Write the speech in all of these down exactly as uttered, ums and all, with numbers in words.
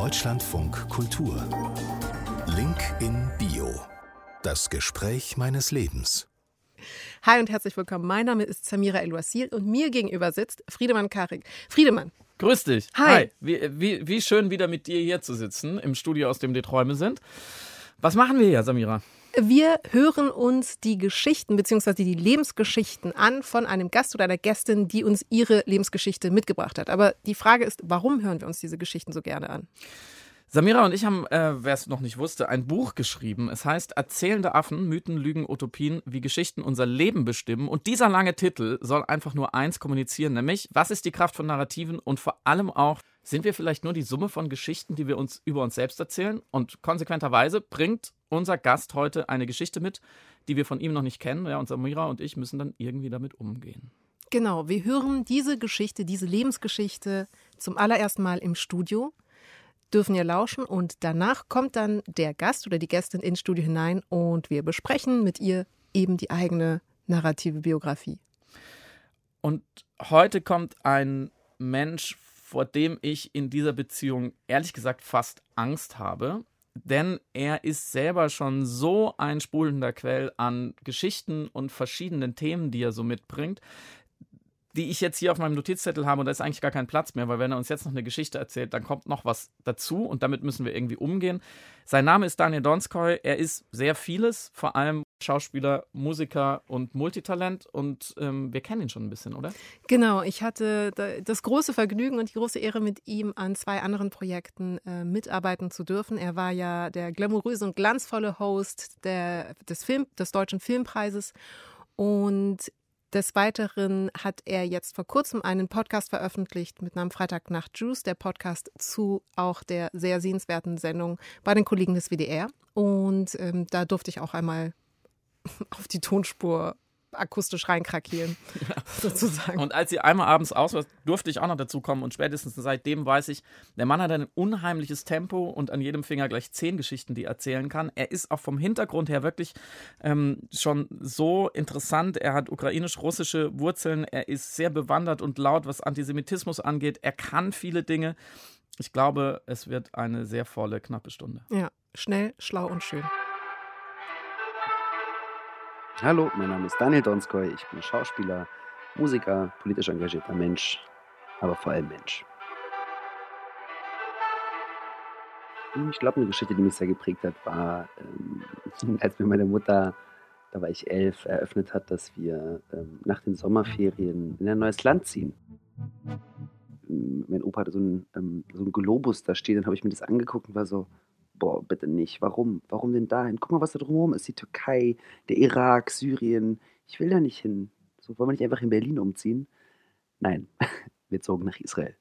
Deutschlandfunk Kultur. Link in Bio. Das Gespräch meines Lebens. Hi und herzlich willkommen. Mein Name ist Samira El-Wasil und mir gegenüber sitzt Friedemann Karik. Friedemann. Grüß dich. Hi. Hi. Wie, wie, wie schön, wieder mit dir hier zu sitzen, im Studio, aus dem die Träume sind. Was machen wir hier, Samira? Wir hören uns die Geschichten bzw. die Lebensgeschichten an von einem Gast oder einer Gästin, die uns ihre Lebensgeschichte mitgebracht hat. Aber die Frage ist, warum hören wir uns diese Geschichten so gerne an? Samira und ich haben, äh, wer es noch nicht wusste, ein Buch geschrieben. Es heißt Erzählende Affen, Mythen, Lügen, Utopien, wie Geschichten unser Leben bestimmen. Und dieser lange Titel soll einfach nur eins kommunizieren, nämlich, was ist die Kraft von Narrativen und vor allem auch, sind wir vielleicht nur die Summe von Geschichten, die wir uns über uns selbst erzählen? Und konsequenterweise bringt unser Gast heute eine Geschichte mit, die wir von ihm noch nicht kennen. Ja, und Samira und ich müssen dann irgendwie damit umgehen. Genau, wir hören diese Geschichte, diese Lebensgeschichte zum allerersten Mal im Studio, dürfen ihr lauschen und danach kommt dann der Gast oder die Gästin ins Studio hinein und wir besprechen mit ihr eben die eigene narrative Biografie. Und heute kommt ein Mensch, vor dem ich in dieser Beziehung ehrlich gesagt fast Angst habe, denn er ist selber schon so ein sprudelnder Quell an Geschichten und verschiedenen Themen, die er so mitbringt, die ich jetzt hier auf meinem Notizzettel habe und da ist eigentlich gar kein Platz mehr, weil wenn er uns jetzt noch eine Geschichte erzählt, dann kommt noch was dazu und damit müssen wir irgendwie umgehen. Sein Name ist Daniel Donskoi, er ist sehr vieles, vor allem Schauspieler, Musiker und Multitalent und ähm, wir kennen ihn schon ein bisschen, oder? Genau, ich hatte das große Vergnügen und die große Ehre, mit ihm an zwei anderen Projekten äh, mitarbeiten zu dürfen. Er war ja der glamouröse und glanzvolle Host der, des, Film, des Deutschen Filmpreises und des Weiteren hat er jetzt vor kurzem einen Podcast veröffentlicht mit Namen Freitagnacht Juice, der Podcast zu auch der sehr sehenswerten Sendung bei den Kollegen des W D R. Und ähm, da durfte ich auch einmal auf die Tonspur akustisch reinkrakieren, ja. sozusagen. Und als sie einmal abends aus war, durfte ich auch noch dazu kommen und spätestens seitdem weiß ich, der Mann hat ein unheimliches Tempo und an jedem Finger gleich zehn Geschichten, die er erzählen kann. Er ist auch vom Hintergrund her wirklich ähm, schon so interessant. Er hat ukrainisch-russische Wurzeln, er ist sehr bewandert und laut, was Antisemitismus angeht. Er kann viele Dinge. Ich glaube, es wird eine sehr volle, knappe Stunde. Ja, schnell, schlau und schön. Hallo, mein Name ist Daniel Donskoi, ich bin Schauspieler, Musiker, politisch engagierter Mensch, aber vor allem Mensch. Ich glaube, eine Geschichte, die mich sehr geprägt hat, war, ähm, als mir meine Mutter, da war ich elf, eröffnet hat, dass wir ähm, nach den Sommerferien in ein neues Land ziehen. Mein Opa hatte so einen, ähm, so einen Globus da stehen, dann habe ich mir das angeguckt und war so, boah, bitte nicht. Warum? Warum denn dahin? Guck mal, was da drumherum ist. Die Türkei, der Irak, Syrien. Ich will da nicht hin. So, wollen wir nicht einfach in Berlin umziehen? Nein, wir zogen nach Israel.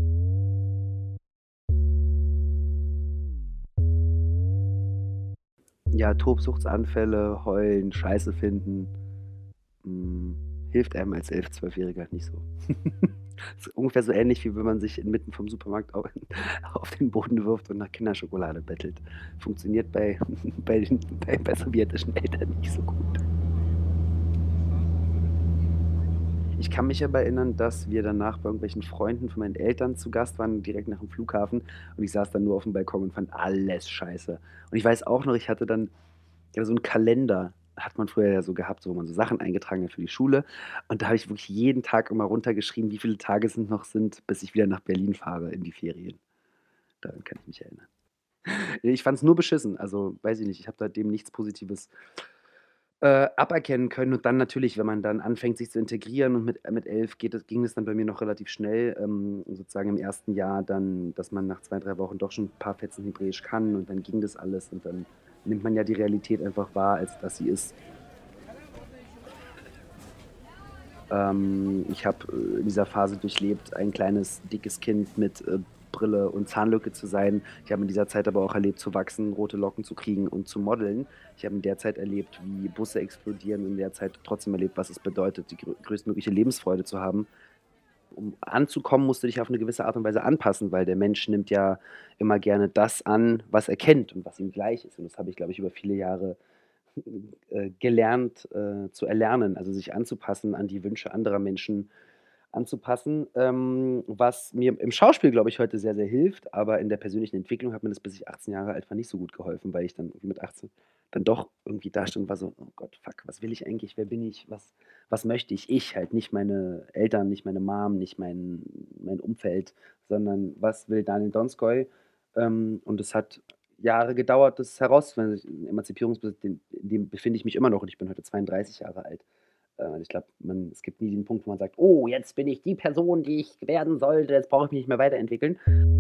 Ja, Tobsuchtsanfälle, heulen, Scheiße finden. Hm, hilft einem als elf-, zwölfjähriger nicht so. Das ist ungefähr so ähnlich, wie wenn man sich inmitten vom Supermarkt auf, auf den Boden wirft und nach Kinderschokolade bettelt. Funktioniert bei, bei, den, bei, bei sowjetischen Eltern nicht so gut. Ich kann mich aber erinnern, dass wir danach bei irgendwelchen Freunden von meinen Eltern zu Gast waren, direkt nach dem Flughafen. Und ich saß dann nur auf dem Balkon und fand alles scheiße. Und ich weiß auch noch, ich hatte dann ja, so einen Kalender, hat man früher ja so gehabt, wo man so Sachen eingetragen hat für die Schule. Und da habe ich wirklich jeden Tag immer runtergeschrieben, wie viele Tage es noch sind, bis ich wieder nach Berlin fahre in die Ferien. Daran kann ich mich erinnern. Ich fand es nur beschissen. Also, weiß ich nicht, ich habe da dem nichts Positives äh, aberkennen können. Und dann natürlich, wenn man dann anfängt, sich zu integrieren und mit, mit elf geht es, ging es dann bei mir noch relativ schnell, ähm, sozusagen im ersten Jahr dann, dass man nach zwei, drei Wochen doch schon ein paar Fetzen Hebräisch kann und dann ging das alles und dann nimmt man ja die Realität einfach wahr, als dass sie ist. Ähm, ich habe äh, in dieser Phase durchlebt, ein kleines, dickes Kind mit äh, Brille und Zahnlücke zu sein. Ich habe in dieser Zeit aber auch erlebt, zu wachsen, rote Locken zu kriegen und zu modeln. Ich habe in der Zeit erlebt, wie Busse explodieren und in der Zeit trotzdem erlebt, was es bedeutet, die grö- größtmögliche Lebensfreude zu haben. Um anzukommen, musst du dich auf eine gewisse Art und Weise anpassen, weil der Mensch nimmt ja immer gerne das an, was er kennt und was ihm gleich ist. Und das habe ich, glaube ich, über viele Jahre äh, gelernt äh, zu erlernen, also sich anzupassen an die Wünsche anderer Menschen, anzupassen, ähm, was mir im Schauspiel, glaube ich, heute sehr, sehr hilft, aber in der persönlichen Entwicklung hat mir das, bis ich achtzehn Jahre alt war, nicht so gut geholfen, weil ich dann irgendwie mit achtzehn dann doch irgendwie da stand und war so, oh Gott, fuck, was will ich eigentlich, wer bin ich, was, was möchte ich? Ich halt, nicht meine Eltern, nicht meine Mom, nicht mein, mein Umfeld, sondern was will Daniel Donskoy? Ähm, und es hat Jahre gedauert, das herauszufinden. Im Emanzipierungsprozess, in dem befinde ich mich immer noch und ich bin heute zweiunddreißig Jahre alt. Äh, ich glaube, es gibt nie den Punkt, wo man sagt, oh, jetzt bin ich die Person, die ich werden sollte, jetzt brauche ich mich nicht mehr weiterentwickeln.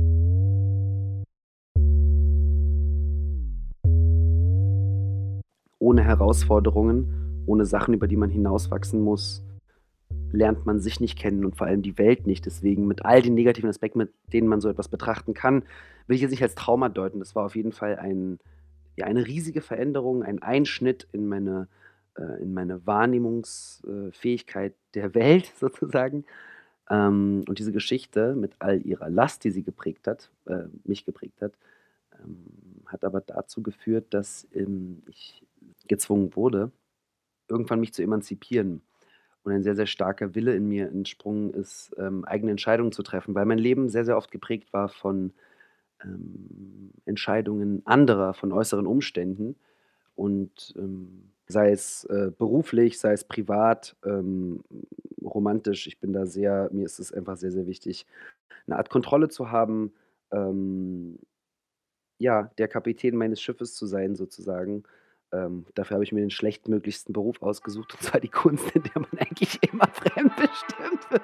Ohne Herausforderungen, ohne Sachen, über die man hinauswachsen muss, lernt man sich nicht kennen und vor allem die Welt nicht. Deswegen mit all den negativen Aspekten, mit denen man so etwas betrachten kann, will ich jetzt nicht als Trauma deuten. Das war auf jeden Fall ein, ja, eine riesige Veränderung, ein Einschnitt in meine, äh, in meine Wahrnehmungsfähigkeit der Welt sozusagen. Ähm, und diese Geschichte mit all ihrer Last, die sie geprägt hat, äh, mich geprägt hat, ähm, hat aber dazu geführt, dass ähm, ich gezwungen wurde, irgendwann mich zu emanzipieren. Und ein sehr, sehr starker Wille in mir entsprungen ist, ähm, eigene Entscheidungen zu treffen, weil mein Leben sehr, sehr oft geprägt war von ähm, Entscheidungen anderer, von äußeren Umständen. Und ähm, sei es äh, beruflich, sei es privat, ähm, romantisch, ich bin da sehr, mir ist es einfach sehr, sehr wichtig, eine Art Kontrolle zu haben, ähm, ja, der Kapitän meines Schiffes zu sein, sozusagen. Ähm, dafür habe ich mir den schlechtmöglichsten Beruf ausgesucht, und zwar die Kunst, in der man eigentlich immer fremdbestimmt wird.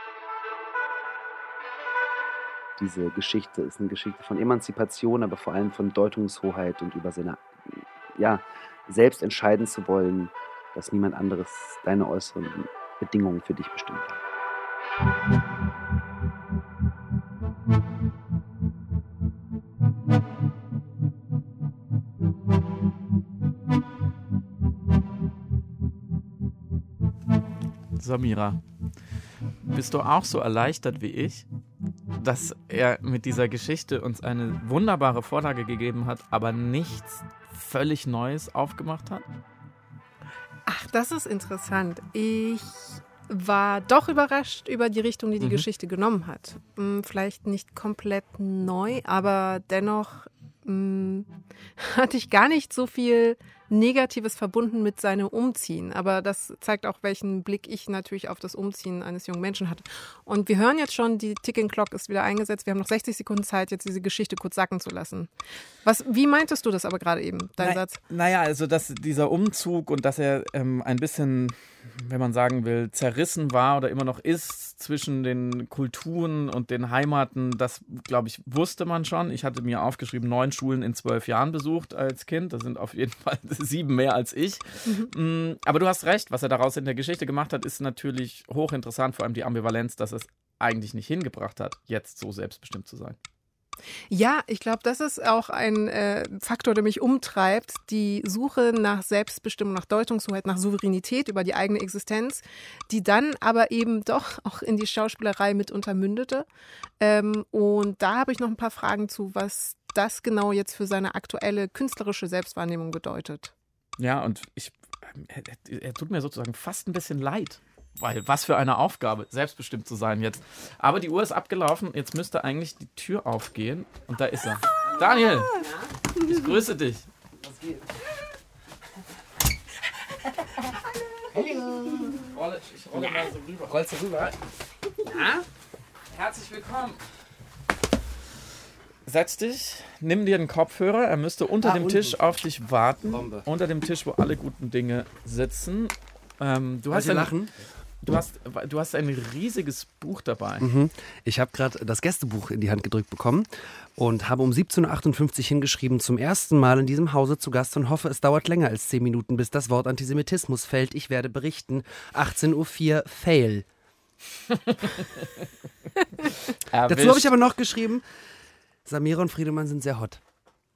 Diese Geschichte ist eine Geschichte von Emanzipation, aber vor allem von Deutungshoheit und über seine, ja, selbst entscheiden zu wollen, dass niemand anderes deine äußeren Bedingungen für dich bestimmt hat. Samira, bist du auch so erleichtert wie ich, dass er mit dieser Geschichte uns eine wunderbare Vorlage gegeben hat, aber nichts völlig Neues aufgemacht hat? Ach, das ist interessant. Ich war doch überrascht über die Richtung, die die mhm. Geschichte genommen hat. Vielleicht nicht komplett neu, aber dennoch mh, hatte ich gar nicht so viel Negatives verbunden mit seinem Umziehen. Aber das zeigt auch, welchen Blick ich natürlich auf das Umziehen eines jungen Menschen hatte. Und wir hören jetzt schon, die Ticking Clock ist wieder eingesetzt. Wir haben noch sechzig Sekunden Zeit, jetzt diese Geschichte kurz sacken zu lassen. Was, wie meintest du das aber gerade eben, dein Na, Satz? Naja, also dass dieser Umzug und dass er ähm, ein bisschen, wenn man sagen will, zerrissen war oder immer noch ist zwischen den Kulturen und den Heimaten, das, glaube ich, wusste man schon. Ich hatte mir aufgeschrieben, neun Schulen in zwölf Jahren besucht als Kind. Das sind auf jeden Fall sieben mehr als ich. Mhm. Aber du hast recht, was er daraus in der Geschichte gemacht hat, ist natürlich hochinteressant, vor allem die Ambivalenz, dass es eigentlich nicht hingebracht hat, jetzt so selbstbestimmt zu sein. Ja, ich glaube, das ist auch ein äh, Faktor, der mich umtreibt. Die Suche nach Selbstbestimmung, nach Deutungshoheit, nach Souveränität über die eigene Existenz, die dann aber eben doch auch in die Schauspielerei mitunter mündete. Ähm, und da habe ich noch ein paar Fragen zu, was das genau jetzt für seine aktuelle künstlerische Selbstwahrnehmung bedeutet. Ja, und ich, er, er tut mir sozusagen fast ein bisschen leid. Weil, was für eine Aufgabe, selbstbestimmt zu sein jetzt. Aber die Uhr ist abgelaufen, jetzt müsste eigentlich die Tür aufgehen. Und da ist er. Daniel, ich grüße dich. Was geht? Hallo. Rolle, ich rolle mal so rüber. Rollst du rüber? Ja? Herzlich willkommen. Setz dich, nimm dir einen Kopfhörer. Er müsste unter ah, dem unten. Tisch auf dich warten. Bombe. Unter dem Tisch, wo alle guten Dinge sitzen. Ähm, du hast ein, lachen? Du hast, du hast ein riesiges Buch dabei. Mhm. Ich habe gerade das Gästebuch in die Hand gedrückt bekommen und habe um siebzehn Uhr achtundfünfzig hingeschrieben, zum ersten Mal in diesem Hause zu Gast und hoffe, es dauert länger als zehn Minuten, bis das Wort Antisemitismus fällt. Ich werde berichten. achtzehn Uhr vier, Fail. Dazu habe ich aber noch geschrieben, Samira und Friedemann sind sehr hot.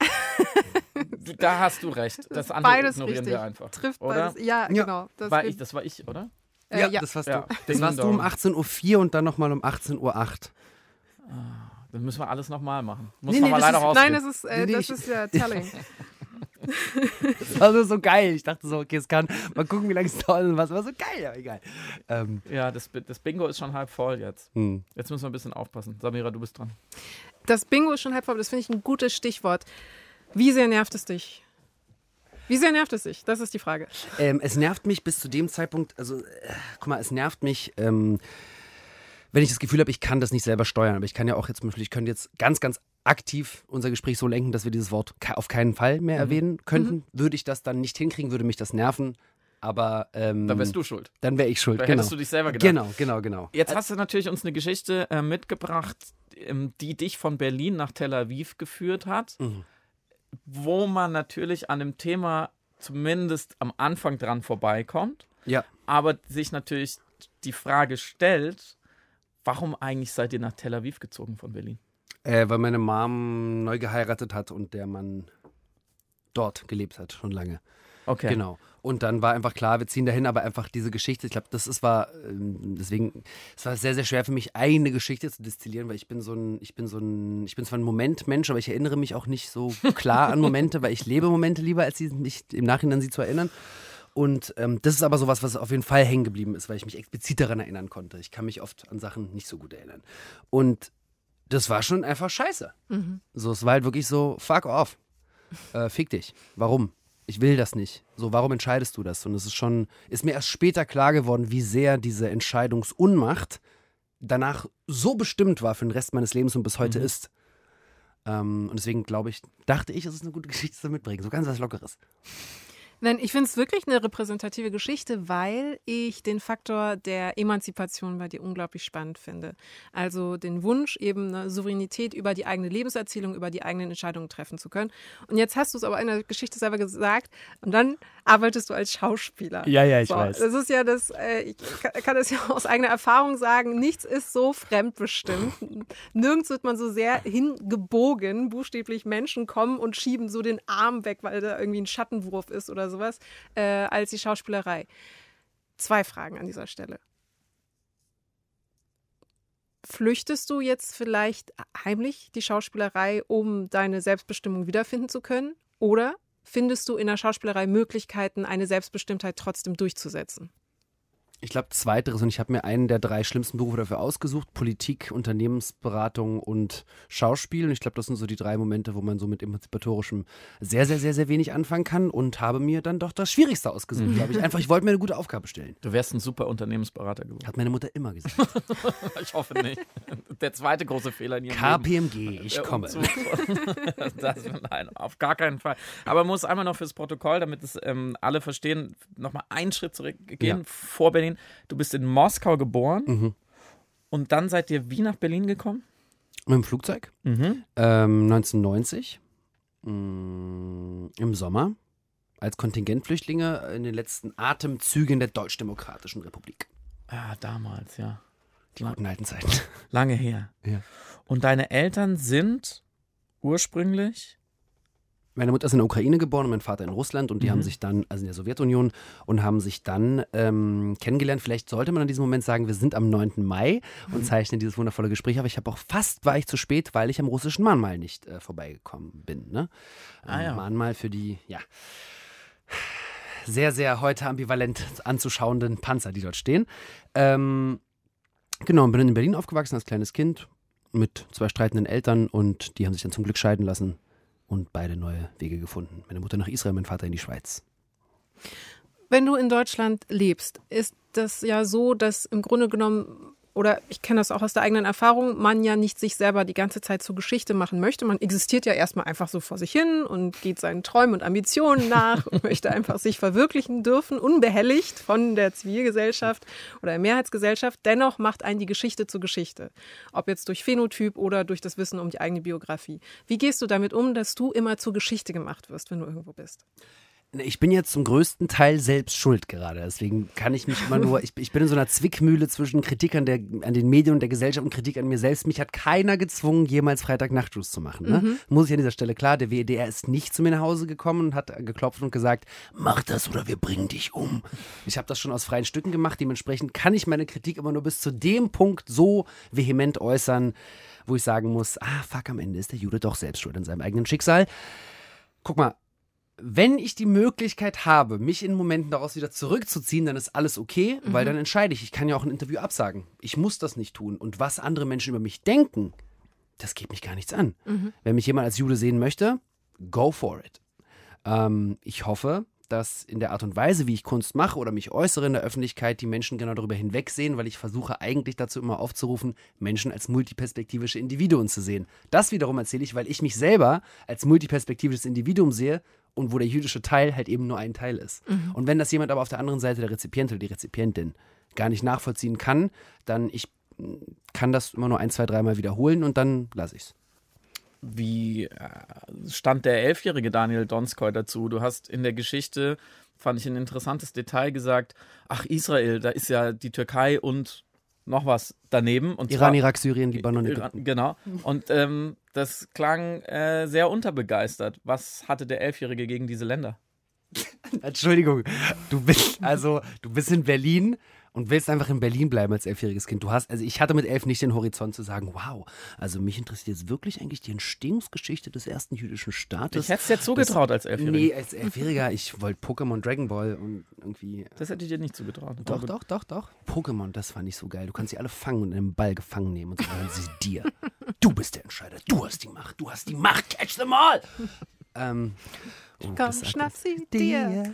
Da hast du recht. Das andere beides ignorieren richtig. wir einfach. Trifft oder? beides. Ja, ja, genau. Das, war ich, das war ich, oder? Äh, ja, ja, das warst ja. du. Das warst du um achtzehn Uhr vier und dann nochmal um achtzehn Uhr acht. Dann müssen wir alles nochmal machen. Muss nee, man nee, mal leider ist, rausgehen. Nein, das ist, äh, nee, nee, das ich, ist ja telling. Das war so, so geil. Ich dachte so, okay, es kann, mal gucken, wie lange es dauert und was. War so geil, aber egal. Ähm, Ja, das, das Bingo ist schon halb voll jetzt. hm. Jetzt müssen wir ein bisschen aufpassen. Samira, du bist dran. Das Bingo ist schon halb voll, das finde ich ein gutes Stichwort. Wie sehr nervt es dich? Wie sehr nervt es dich? Das ist die Frage. Ähm, es nervt mich bis zu dem Zeitpunkt, also, äh, guck mal, es nervt mich, ähm, wenn ich das Gefühl habe, ich kann das nicht selber steuern. Aber ich kann ja auch jetzt, ich könnte jetzt ganz, ganz aktiv unser Gespräch so lenken, dass wir dieses Wort ke- auf keinen Fall mehr Mhm. erwähnen könnten. Würde ich das dann nicht hinkriegen, würde mich das nerven. Aber ähm, Dann wärst du schuld. dann wäre ich schuld. Da Genau. hättest du dich selber gedacht. Genau, genau, genau. Jetzt hast du natürlich uns eine Geschichte äh, mitgebracht, ähm, die dich von Berlin nach Tel Aviv geführt hat, Mhm. wo man natürlich an dem Thema zumindest am Anfang dran vorbeikommt, Ja. aber sich natürlich die Frage stellt, warum eigentlich seid ihr nach Tel Aviv gezogen von Berlin? Äh, weil meine Mom neu geheiratet hat und der Mann dort gelebt hat, schon lange. Okay. Genau. Und dann war einfach klar, wir ziehen dahin, aber einfach diese Geschichte, ich glaube, das ist, war, ähm, deswegen, es war sehr, sehr schwer für mich, eine Geschichte zu destillieren, weil ich bin so ein, ich bin so ein, ich bin zwar ein Momentmensch, aber ich erinnere mich auch nicht so klar an Momente, weil ich lebe Momente lieber, als sie, mich im Nachhinein sie zu erinnern. Und ähm, das ist aber sowas, was auf jeden Fall hängen geblieben ist, weil ich mich explizit daran erinnern konnte. Ich kann mich oft an Sachen nicht so gut erinnern. Und das war schon einfach scheiße. Mhm. So, es war halt wirklich so, fuck off. Äh, fick dich. Warum? Ich will das nicht. So, warum entscheidest du das? Und es ist schon, ist mir erst später klar geworden, wie sehr diese Entscheidungsunmacht danach so bestimmt war für den Rest meines Lebens und bis heute Mhm. ist. Ähm, und deswegen glaube ich, dachte ich, es ist eine gute Geschichte zu mitbringen. So ganz was Lockeres. Nein, ich finde es wirklich eine repräsentative Geschichte, weil ich den Faktor der Emanzipation bei dir unglaublich spannend finde. Also den Wunsch, eben eine Souveränität über die eigene Lebenserzählung, über die eigenen Entscheidungen treffen zu können. Und jetzt hast du es aber in der Geschichte selber gesagt und dann arbeitest du als Schauspieler. Ja, ja, ich so, weiß. Das ist ja das, äh, ich kann, kann das ja aus eigener Erfahrung sagen, nichts ist so fremdbestimmt. Nirgends wird man so sehr hingebogen, buchstäblich Menschen kommen und schieben so den Arm weg, weil da irgendwie ein Schattenwurf ist oder sowas, äh, als die Schauspielerei. Zwei Fragen an dieser Stelle. Flüchtest du jetzt vielleicht heimlich die Schauspielerei, um deine Selbstbestimmung wiederfinden zu können? Oder findest du in der Schauspielerei Möglichkeiten, eine Selbstbestimmtheit trotzdem durchzusetzen? Ich glaube, zweiteres, und ich habe mir einen der drei schlimmsten Berufe dafür ausgesucht: Politik, Unternehmensberatung und Schauspiel. Und ich glaube, das sind so die drei Momente, wo man so mit Emanzipatorischem sehr, sehr, sehr, sehr wenig anfangen kann, und habe mir dann doch das Schwierigste ausgesucht, Mhm. glaube ich. Einfach, ich wollte mir eine gute Aufgabe stellen. Du wärst ein super Unternehmensberater geworden. Hat meine Mutter immer gesagt. Ich hoffe nicht. Der zweite große Fehler in ihrem K Leben. P M G, ich Der komme. Umzug. Das, nein, auf gar keinen Fall. Aber man muss einmal noch fürs Protokoll, damit es ähm, alle verstehen, nochmal einen Schritt zurückgehen Ja. vor Berlin. Du bist in Moskau geboren Mhm. und dann seid ihr wie nach Berlin gekommen? Mit dem Flugzeug. Mhm. Ähm, neunzehnhundertneunzig. mh, Im Sommer. Als Kontingentflüchtlinge in den letzten Atemzügen der Deutsch-Demokratischen Republik. Ah, damals, ja. Die guten alten Zeiten. Lange her. Ja. Und deine Eltern sind ursprünglich? Meine Mutter ist in der Ukraine geboren und mein Vater in Russland, und die Mhm. haben sich dann, also in der Sowjetunion, und haben sich dann ähm, kennengelernt. Vielleicht sollte man in diesem Moment sagen, wir sind am neunten Mai und zeichnen dieses wundervolle Gespräch, aber ich habe auch fast, war ich zu spät, weil ich am russischen Mahnmal nicht äh, vorbeigekommen bin. Ne? Ah, ja. Mahnmal für die, ja, sehr, sehr heute ambivalent anzuschauenden Panzer, die dort stehen. Ähm, genau, und bin in Berlin aufgewachsen als kleines Kind mit zwei streitenden Eltern, und die haben sich dann zum Glück scheiden lassen und beide neue Wege gefunden. Meine Mutter nach Israel, mein Vater in die Schweiz. Wenn du in Deutschland lebst, ist das ja so, dass im Grunde genommen, oder ich kenne das auch aus der eigenen Erfahrung, man ja nicht sich selber die ganze Zeit zur Geschichte machen möchte. Man existiert ja erstmal einfach so vor sich hin und geht seinen Träumen und Ambitionen nach und möchte einfach sich verwirklichen dürfen, unbehelligt von der Zivilgesellschaft oder der Mehrheitsgesellschaft. Dennoch macht einen die Geschichte zur Geschichte. Ob jetzt durch Phänotyp oder durch das Wissen um die eigene Biografie. Wie gehst du damit um, dass du immer zur Geschichte gemacht wirst, wenn du irgendwo bist? Ich bin jetzt zum größten Teil selbst schuld gerade. Deswegen kann ich mich immer nur, ich, ich bin in so einer Zwickmühle zwischen Kritik an, der, an den Medien und der Gesellschaft und Kritik an mir selbst. Mich hat keiner gezwungen, jemals Freitag-Nachtschluss zu machen. Ne? Mhm. Muss ich an dieser Stelle klar, der W E D R ist nicht zu mir nach Hause gekommen und hat geklopft und gesagt, mach das oder wir bringen dich um. Ich habe das schon aus freien Stücken gemacht. Dementsprechend kann ich meine Kritik immer nur bis zu dem Punkt so vehement äußern, wo ich sagen muss, ah fuck, am Ende ist der Jude doch selbst schuld an seinem eigenen Schicksal. Guck mal, wenn ich die Möglichkeit habe, mich in Momenten daraus wieder zurückzuziehen, dann ist alles okay, mhm. weil dann entscheide ich. Ich kann ja auch ein Interview absagen. Ich muss das nicht tun. Und was andere Menschen über mich denken, das geht mich gar nichts an. Mhm. Wenn mich jemand als Jude sehen möchte, go for it. Ähm, ich hoffe, dass in der Art und Weise, wie ich Kunst mache oder mich äußere in der Öffentlichkeit, die Menschen genau darüber hinwegsehen, weil ich versuche eigentlich dazu immer aufzurufen, Menschen als multiperspektivische Individuen zu sehen. Das wiederum erzähle ich, weil ich mich selber als multiperspektivisches Individuum sehe und wo der jüdische Teil halt eben nur ein Teil ist. Mhm. Und wenn das jemand aber auf der anderen Seite, der Rezipient oder die Rezipientin, gar nicht nachvollziehen kann, dann ich kann das immer nur ein, zwei, dreimal wiederholen und dann lasse ich es. Wie stand der elfjährige Daniel Donskoy dazu? Du hast in der Geschichte, fand ich ein interessantes Detail gesagt, ach Israel, da ist ja die Türkei und noch was daneben. Und Iran, zwar, Irak, Syrien, Libanon, Iran, genau. Und ähm, das klang äh, sehr unterbegeistert. Was hatte der Elfjährige gegen diese Länder? Entschuldigung, du bist also, du bist in Berlin und willst einfach in Berlin bleiben als elfjähriges Kind. Du hast, also ich hatte mit elf nicht den Horizont zu sagen, wow, also mich interessiert jetzt wirklich eigentlich die Entstehungsgeschichte des ersten jüdischen Staates. Ich hätte es dir zugetraut als Elfjähriger. Nee, als Elfjähriger, ich wollte Pokémon, Dragon Ball und irgendwie... Das hätte ich dir nicht zugetraut. Doch, doch, doch, doch. Pokémon, das fand ich so geil. Du kannst sie alle fangen und in einen Ball gefangen nehmen und so gehören sie dir. Du bist der Entscheider, du hast die Macht, du hast die Macht, catch them all! ähm... Oh, Komm, schnapp sie dir.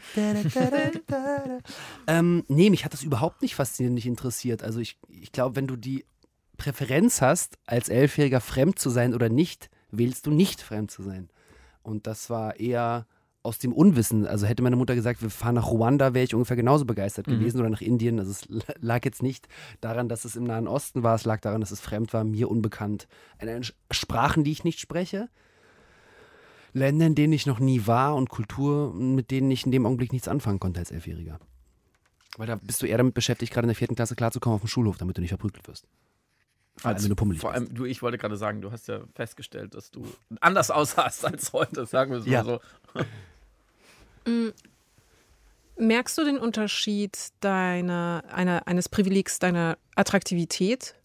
ähm, nee, mich hat das überhaupt nicht faszinierend, nicht interessiert. Also ich, ich glaube, wenn du die Präferenz hast, als Elfjähriger fremd zu sein oder nicht, wählst du nicht fremd zu sein. Und das war eher aus dem Unwissen. Also hätte meine Mutter gesagt, wir fahren nach Ruanda, wäre ich ungefähr genauso begeistert mhm. gewesen oder nach Indien. Also es lag jetzt nicht daran, dass es im Nahen Osten war, es lag daran, dass es fremd war, mir unbekannt. Eine Sprachen, die ich nicht spreche. Länder, in denen ich noch nie war und Kultur, mit denen ich in dem Augenblick nichts anfangen konnte als Elfjähriger. Weil da bist du eher damit beschäftigt, gerade in der vierten Klasse klarzukommen auf dem Schulhof, damit du nicht verprügelt wirst. Vor allem, also, wenn du pummelig vor allem, bist. du, ich wollte gerade sagen, du hast ja festgestellt, dass du anders aussahst als heute, sagen wir es ja. mal so. Merkst du den Unterschied deiner, einer, eines Privilegs, deiner Attraktivität?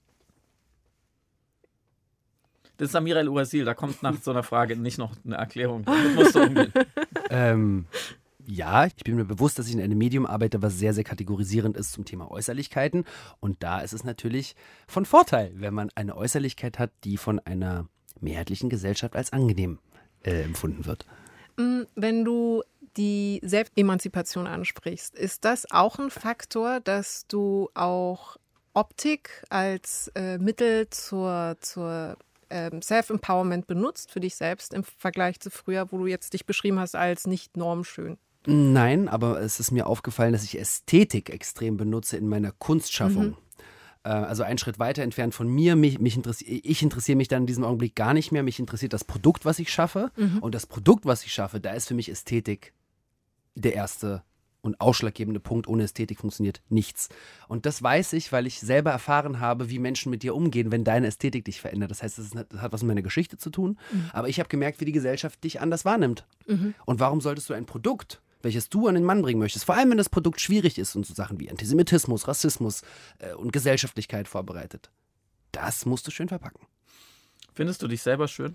Das ist Samira El-Uazil, da kommt nach so einer Frage nicht noch eine Erklärung. Damit musst du umgehen. ähm, ja, ich bin mir bewusst, dass ich in einem Medium arbeite, was sehr, sehr kategorisierend ist zum Thema Äußerlichkeiten. Und da ist es natürlich von Vorteil, wenn man eine Äußerlichkeit hat, die von einer mehrheitlichen Gesellschaft als angenehm äh, empfunden wird. Wenn du die Selbstemanzipation ansprichst, ist das auch ein Faktor, dass du auch Optik als äh, Mittel zur, zur Self-Empowerment benutzt für dich selbst im Vergleich zu früher, wo du jetzt dich beschrieben hast als nicht normschön? Nein, aber es ist mir aufgefallen, dass ich Ästhetik extrem benutze in meiner Kunstschaffung. Mhm. Äh, also einen Schritt weiter entfernt von mir. Mich, mich interessi- ich interessiere mich dann in diesem Augenblick gar nicht mehr. Mich interessiert das Produkt, was ich schaffe. Mhm. Und das Produkt, was ich schaffe, da ist für mich Ästhetik der erste und ausschlaggebende Punkt. Ohne Ästhetik funktioniert nichts. Und das weiß ich, weil ich selber erfahren habe, wie Menschen mit dir umgehen, wenn deine Ästhetik dich verändert. Das heißt, das, ist, das hat was mit meiner Geschichte zu tun. Mhm. Aber ich habe gemerkt, wie die Gesellschaft dich anders wahrnimmt. Mhm. Und warum solltest du ein Produkt, welches du an den Mann bringen möchtest, vor allem wenn das Produkt schwierig ist und so Sachen wie Antisemitismus, Rassismus äh, und Gesellschaftlichkeit vorbereitet, das musst du schön verpacken. Findest du dich selber schön?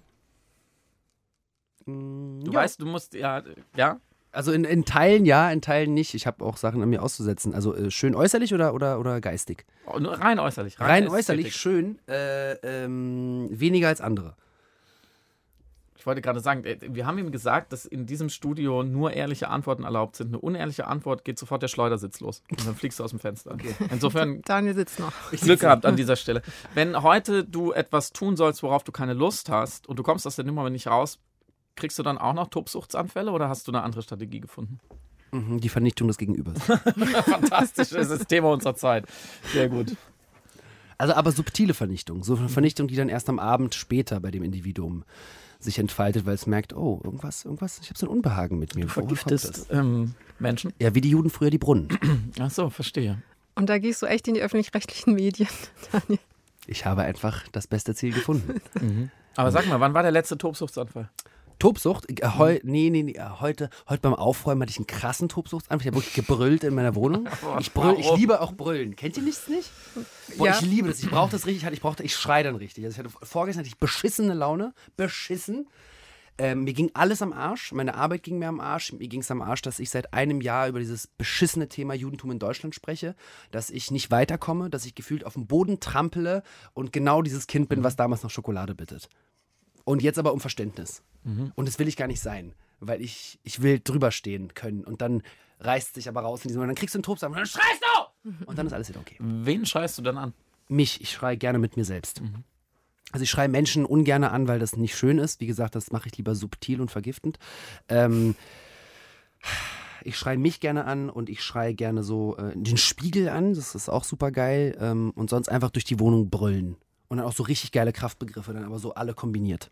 Mm, du ja. weißt, du musst, ja, ja. Also in, in Teilen ja, in Teilen nicht. Ich habe auch Sachen an mir auszusetzen. Also äh, schön äußerlich oder, oder, oder geistig? Oh, nur rein äußerlich. Rein, rein äußerlich, schön. Äh, ähm, weniger als andere. Ich wollte gerade sagen, wir haben ihm gesagt, dass in diesem Studio nur ehrliche Antworten erlaubt sind. Eine unehrliche Antwort geht sofort der Schleudersitz los. Und dann fliegst du aus dem Fenster. Okay. Insofern Daniel sitzt noch. Glück gehabt an dieser Stelle. Wenn heute du etwas tun sollst, worauf du keine Lust hast und du kommst aus der Nummer nicht raus, kriegst du dann auch noch Tobsuchtsanfälle oder hast du eine andere Strategie gefunden? Mhm, die Vernichtung des Gegenübers. Fantastisch, das ist das Thema unserer Zeit. Sehr gut. Also aber subtile Vernichtung. So eine Vernichtung, die dann erst am Abend später bei dem Individuum sich entfaltet, weil es merkt, oh, irgendwas, irgendwas, ich habe so ein Unbehagen mit mir. Du vergiftest ähm, Menschen? Ja, wie die Juden früher die Brunnen. Ach so, verstehe. Und da gehst du echt in die öffentlich-rechtlichen Medien, Daniel. Ich habe einfach das beste Ziel gefunden. Mhm. Aber sag mal, wann war der letzte Tobsuchtsanfall? Tobsucht? Äh, heu, nee, nee, nee. Heute, heute beim Aufräumen hatte ich einen krassen Tobsuchtsanfall. Ich habe wirklich gebrüllt in meiner Wohnung. Ich, brüll, ich liebe auch Brüllen. Kennt ihr nichts nicht? Boah, ja. Ich liebe das. Ich brauche das richtig. Ich, brauchte, ich schreie dann richtig. Also ich hatte, vorgestern hatte ich beschissene Laune. Beschissen. Ähm, mir ging alles am Arsch. Meine Arbeit ging mir am Arsch. Mir ging es am Arsch, dass ich seit einem Jahr über dieses beschissene Thema Judentum in Deutschland spreche, dass ich nicht weiterkomme, dass ich gefühlt auf dem Boden trampele und genau dieses Kind bin, was damals noch Schokolade bittet. Und jetzt aber um Verständnis. Mhm. Und das will ich gar nicht sein, weil ich, ich will drüber stehen können. Und dann reißt sich aber raus in diesem Moment, dann kriegst du einen Tobsam und dann schreist du! Und dann ist alles wieder okay. Wen schreist du dann an? Mich, ich schreie gerne mit mir selbst. Mhm. Also ich schreie Menschen ungern an, weil das nicht schön ist. Wie gesagt, das mache ich lieber subtil und vergiftend. Ähm, ich schreie mich gerne an und ich schreie gerne so äh, den Spiegel an. Das ist auch super geil. Ähm, und sonst einfach durch die Wohnung brüllen. Und dann auch so richtig geile Kraftbegriffe, dann aber so alle kombiniert.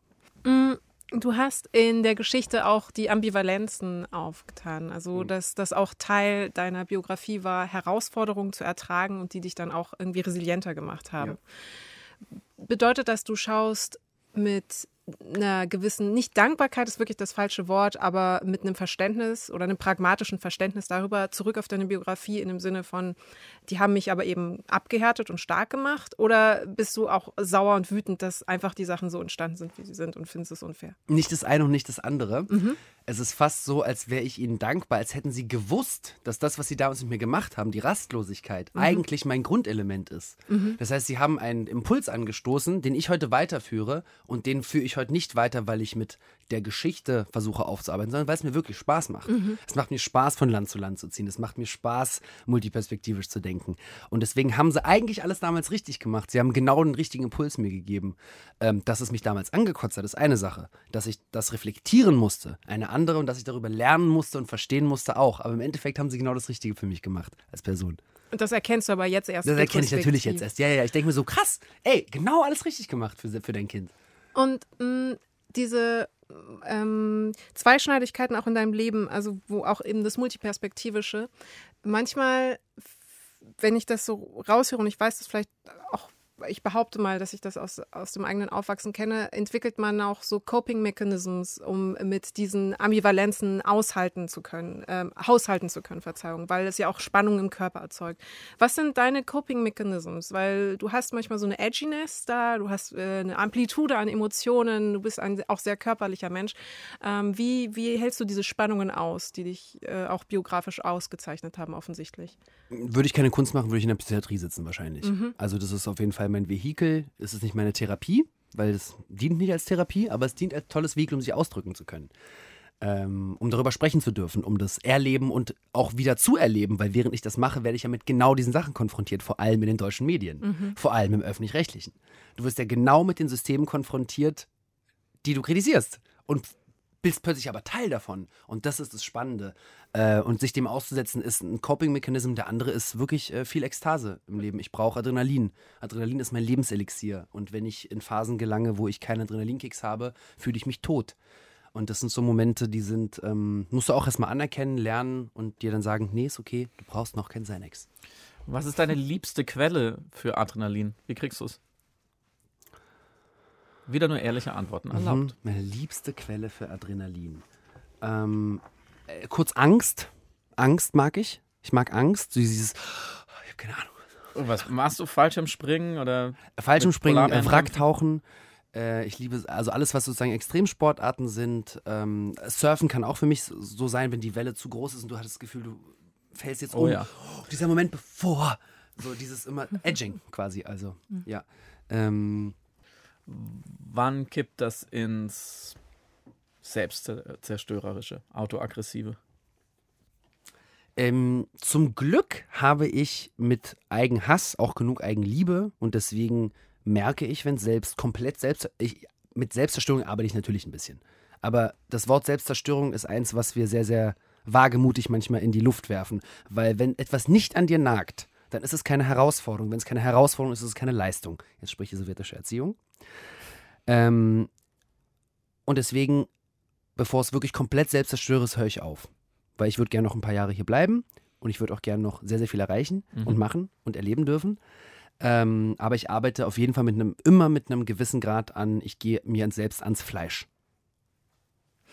Du hast in der Geschichte auch die Ambivalenzen aufgetan. Also, dass das auch Teil deiner Biografie war, Herausforderungen zu ertragen und die dich dann auch irgendwie resilienter gemacht haben. Ja. Bedeutet das, du schaust mit einer gewissen, nicht Dankbarkeit ist wirklich das falsche Wort, aber mit einem Verständnis oder einem pragmatischen Verständnis darüber zurück auf deine Biografie in dem Sinne von, die haben mich aber eben abgehärtet und stark gemacht? Oder bist du auch sauer und wütend, dass einfach die Sachen so entstanden sind, wie sie sind und findest es unfair? Nicht das eine und nicht das andere. Mhm. Es ist fast so, als wäre ich ihnen dankbar, als hätten sie gewusst, dass das, was sie damals mit mir gemacht haben, die Rastlosigkeit, mhm. eigentlich mein Grundelement ist. Mhm. Das heißt, sie haben einen Impuls angestoßen, den ich heute weiterführe und den führe ich heute nicht weiter, weil ich mit der Geschichte versuche aufzuarbeiten, sondern weil es mir wirklich Spaß macht. Mhm. Es macht mir Spaß, von Land zu Land zu ziehen. Es macht mir Spaß, multiperspektivisch zu denken. Und deswegen haben sie eigentlich alles damals richtig gemacht. Sie haben genau den richtigen Impuls mir gegeben. Ähm, dass es mich damals angekotzt hat, ist eine Sache. Dass ich das reflektieren musste, eine andere. Und dass ich darüber lernen musste und verstehen musste auch. Aber im Endeffekt haben sie genau das Richtige für mich gemacht als Person. Und das erkennst du aber jetzt erst. Das erkenne ich natürlich jetzt erst. Ja, ja, ja. Ich denke mir so, krass, ey, genau alles richtig gemacht für, für dein Kind. Und mh, diese ähm, Zweischneidigkeiten auch in deinem Leben, also wo auch eben das Multiperspektivische, manchmal, wenn ich das so raushöre und ich weiß das vielleicht auch, ich behaupte mal, dass ich das aus, aus dem eigenen Aufwachsen kenne, entwickelt man auch so Coping-Mechanisms, um mit diesen Ambivalenzen aushalten zu können, ähm, haushalten zu können, Verzeihung, weil es ja auch Spannung im Körper erzeugt. Was sind deine Coping-Mechanisms? Weil du hast manchmal so eine Edginess da, du hast äh, eine Amplitude an Emotionen, du bist ein auch sehr körperlicher Mensch. Ähm, wie, wie hältst du diese Spannungen aus, die dich äh, auch biografisch ausgezeichnet haben, offensichtlich? Würde ich keine Kunst machen, würde ich in der Psychiatrie sitzen wahrscheinlich. Mhm. Also das ist auf jeden Fall mein Vehikel. Es ist nicht meine Therapie, weil es dient nicht als Therapie, aber es dient als tolles Vehikel, um sich ausdrücken zu können. Ähm, um darüber sprechen zu dürfen, um das Erleben und auch wieder zu erleben, weil während ich das mache, werde ich ja mit genau diesen Sachen konfrontiert, vor allem in den deutschen Medien, mhm. vor allem im Öffentlich-Rechtlichen. Du wirst ja genau mit den Systemen konfrontiert, die du kritisierst und bist plötzlich aber Teil davon. Und das ist das Spannende. Äh, und sich dem auszusetzen, ist ein Coping-Mechanism. Der andere ist wirklich äh, viel Ekstase im Leben. Ich brauche Adrenalin. Adrenalin ist mein Lebenselixier. Und wenn ich in Phasen gelange, wo ich keinen Adrenalinkicks habe, fühle ich mich tot. Und das sind so Momente, die sind, ähm, musst du auch erstmal anerkennen, lernen und dir dann sagen, nee, ist okay, du brauchst noch kein Xanax. Was ist deine liebste Quelle für Adrenalin? Wie kriegst du es? Wieder nur ehrliche Antworten erlaubt. Mhm, meine liebste Quelle für Adrenalin. Ähm, äh, kurz Angst. Angst mag ich. Ich mag Angst. So dieses, ich habe keine Ahnung. Und was machst du? Fallschirmspringen oder? Fallschirmspringen, äh, Wracktauchen. Äh, ich liebe also alles, was sozusagen Extremsportarten sind. Ähm, Surfen kann auch für mich so sein, wenn die Welle zu groß ist und du hast das Gefühl, du fällst jetzt oh, um. Ja. Oh, dieser Moment bevor. So dieses immer Edging quasi. Also, ja. Ähm, Wann kippt das ins Selbstzerstörerische, Autoaggressive? Ähm, zum Glück habe ich mit Eigenhass auch genug Eigenliebe und deswegen merke ich, wenn selbst komplett selbst, ich, mit Selbstzerstörung arbeite ich natürlich ein bisschen. Aber das Wort Selbstzerstörung ist eins, was wir sehr, sehr wagemutig manchmal in die Luft werfen. Weil wenn etwas nicht an dir nagt, dann ist es keine Herausforderung. Wenn es keine Herausforderung ist, ist es keine Leistung. Jetzt spricht die sowjetische Erziehung. Ähm, und deswegen, bevor es wirklich komplett selbstzerstörerisch ist, höre ich auf. Weil ich würde gerne noch ein paar Jahre hier bleiben und ich würde auch gerne noch sehr, sehr viel erreichen mhm. und machen und erleben dürfen. Ähm, aber ich arbeite auf jeden Fall mit einem, immer mit einem gewissen Grad an, ich gehe mir selbst ans Fleisch.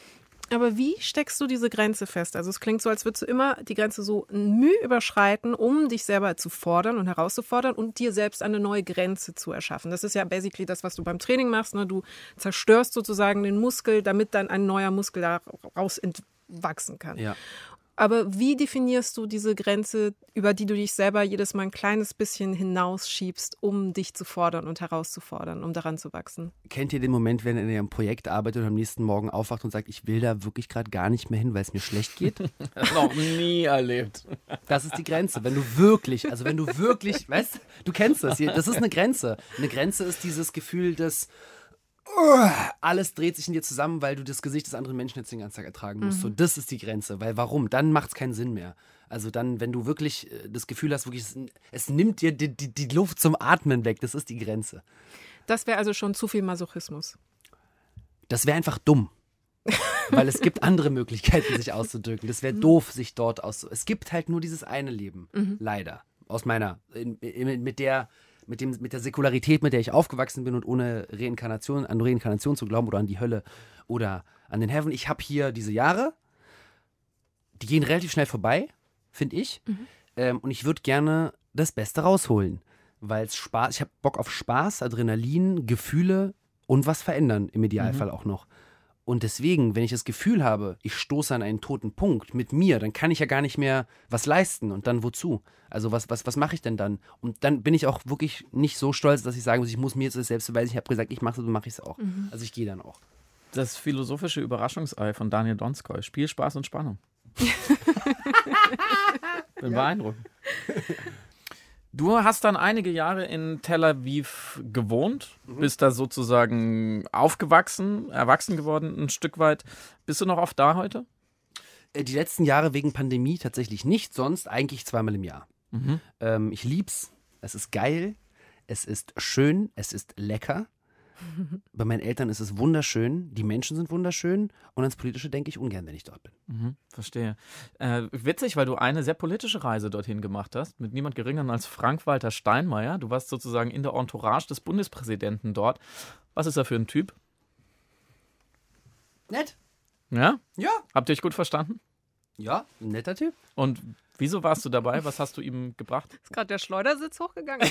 Aber wie steckst du diese Grenze fest? Also es klingt so, als würdest du immer die Grenze so müh überschreiten, um dich selber zu fordern und herauszufordern und dir selbst eine neue Grenze zu erschaffen. Das ist ja basically das, was du beim Training machst. Ne? Du zerstörst sozusagen den Muskel, damit dann ein neuer Muskel daraus entwachsen kann. Ja. Aber wie definierst du diese Grenze, über die du dich selber jedes Mal ein kleines bisschen hinausschiebst, um dich zu fordern und herauszufordern, um daran zu wachsen? Kennt ihr den Moment, wenn ihr in einem Projekt arbeitet und am nächsten Morgen aufwacht und sagt, ich will da wirklich gerade gar nicht mehr hin, weil es mir schlecht geht? Noch nie erlebt. Das ist die Grenze. Wenn du wirklich, also wenn du wirklich, weißt du, kennst das hier, das ist eine Grenze. Eine Grenze ist dieses Gefühl, dass uh, alles dreht sich in dir zusammen, weil du das Gesicht des anderen Menschen jetzt den ganzen Tag ertragen musst. Mhm. So, das ist die Grenze. Weil warum? Dann macht es keinen Sinn mehr. Also dann, wenn du wirklich das Gefühl hast, wirklich, es, es nimmt dir die, die, die Luft zum Atmen weg, das ist die Grenze. Das wäre also schon zu viel Masochismus. Das wäre einfach dumm. Weil es gibt andere Möglichkeiten, sich auszudrücken. Das wäre mhm. doof, sich dort auszudrücken. Es gibt halt nur dieses eine Leben, mhm. leider. Aus meiner, in, in, mit der... Mit, dem, mit der Säkularität, mit der ich aufgewachsen bin und ohne Reinkarnation, an Reinkarnation zu glauben oder an die Hölle oder an den Heaven. Ich habe hier diese Jahre, die gehen relativ schnell vorbei, finde ich. Mhm. Ähm, und ich würde gerne das Beste rausholen, weil es Spaß, ich habe Bock auf Spaß, Adrenalin, Gefühle und was verändern im Idealfall mhm. auch noch. Und deswegen, wenn ich das Gefühl habe, ich stoße an einen toten Punkt mit mir, dann kann ich ja gar nicht mehr was leisten. Und dann wozu? Also was, was, was mache ich denn dann? Und dann bin ich auch wirklich nicht so stolz, dass ich sagen muss, ich muss mir jetzt das selbst beweisen. Ich habe gesagt, ich mache es, dann mache ich es auch. Mhm. Also ich gehe dann auch. Das philosophische Überraschungsei von Daniel Donskoy. Spiel, Spaß und Spannung. Bin ja. beeindruckt. Du hast dann einige Jahre in Tel Aviv gewohnt, mhm. bist da sozusagen aufgewachsen, erwachsen geworden ein Stück weit. Bist du noch oft da heute? Die letzten Jahre wegen Pandemie tatsächlich nicht, sonst eigentlich zweimal im Jahr. Mhm. Ähm, ich lieb's, es ist geil, es ist schön, es ist lecker. Bei meinen Eltern ist es wunderschön, die Menschen sind wunderschön und ans Politische denke ich ungern, wenn ich dort bin. Mhm, verstehe. Äh, witzig, weil du eine sehr politische Reise dorthin gemacht hast, mit niemand geringeren als Frank-Walter Steinmeier. Du warst sozusagen in der Entourage des Bundespräsidenten dort. Was ist er für ein Typ? Nett. Ja? Ja. Habt ihr euch gut verstanden? Ja, ein netter Typ. Und wieso warst du dabei? Was hast du ihm gebracht? Ist gerade der Schleudersitz hochgegangen?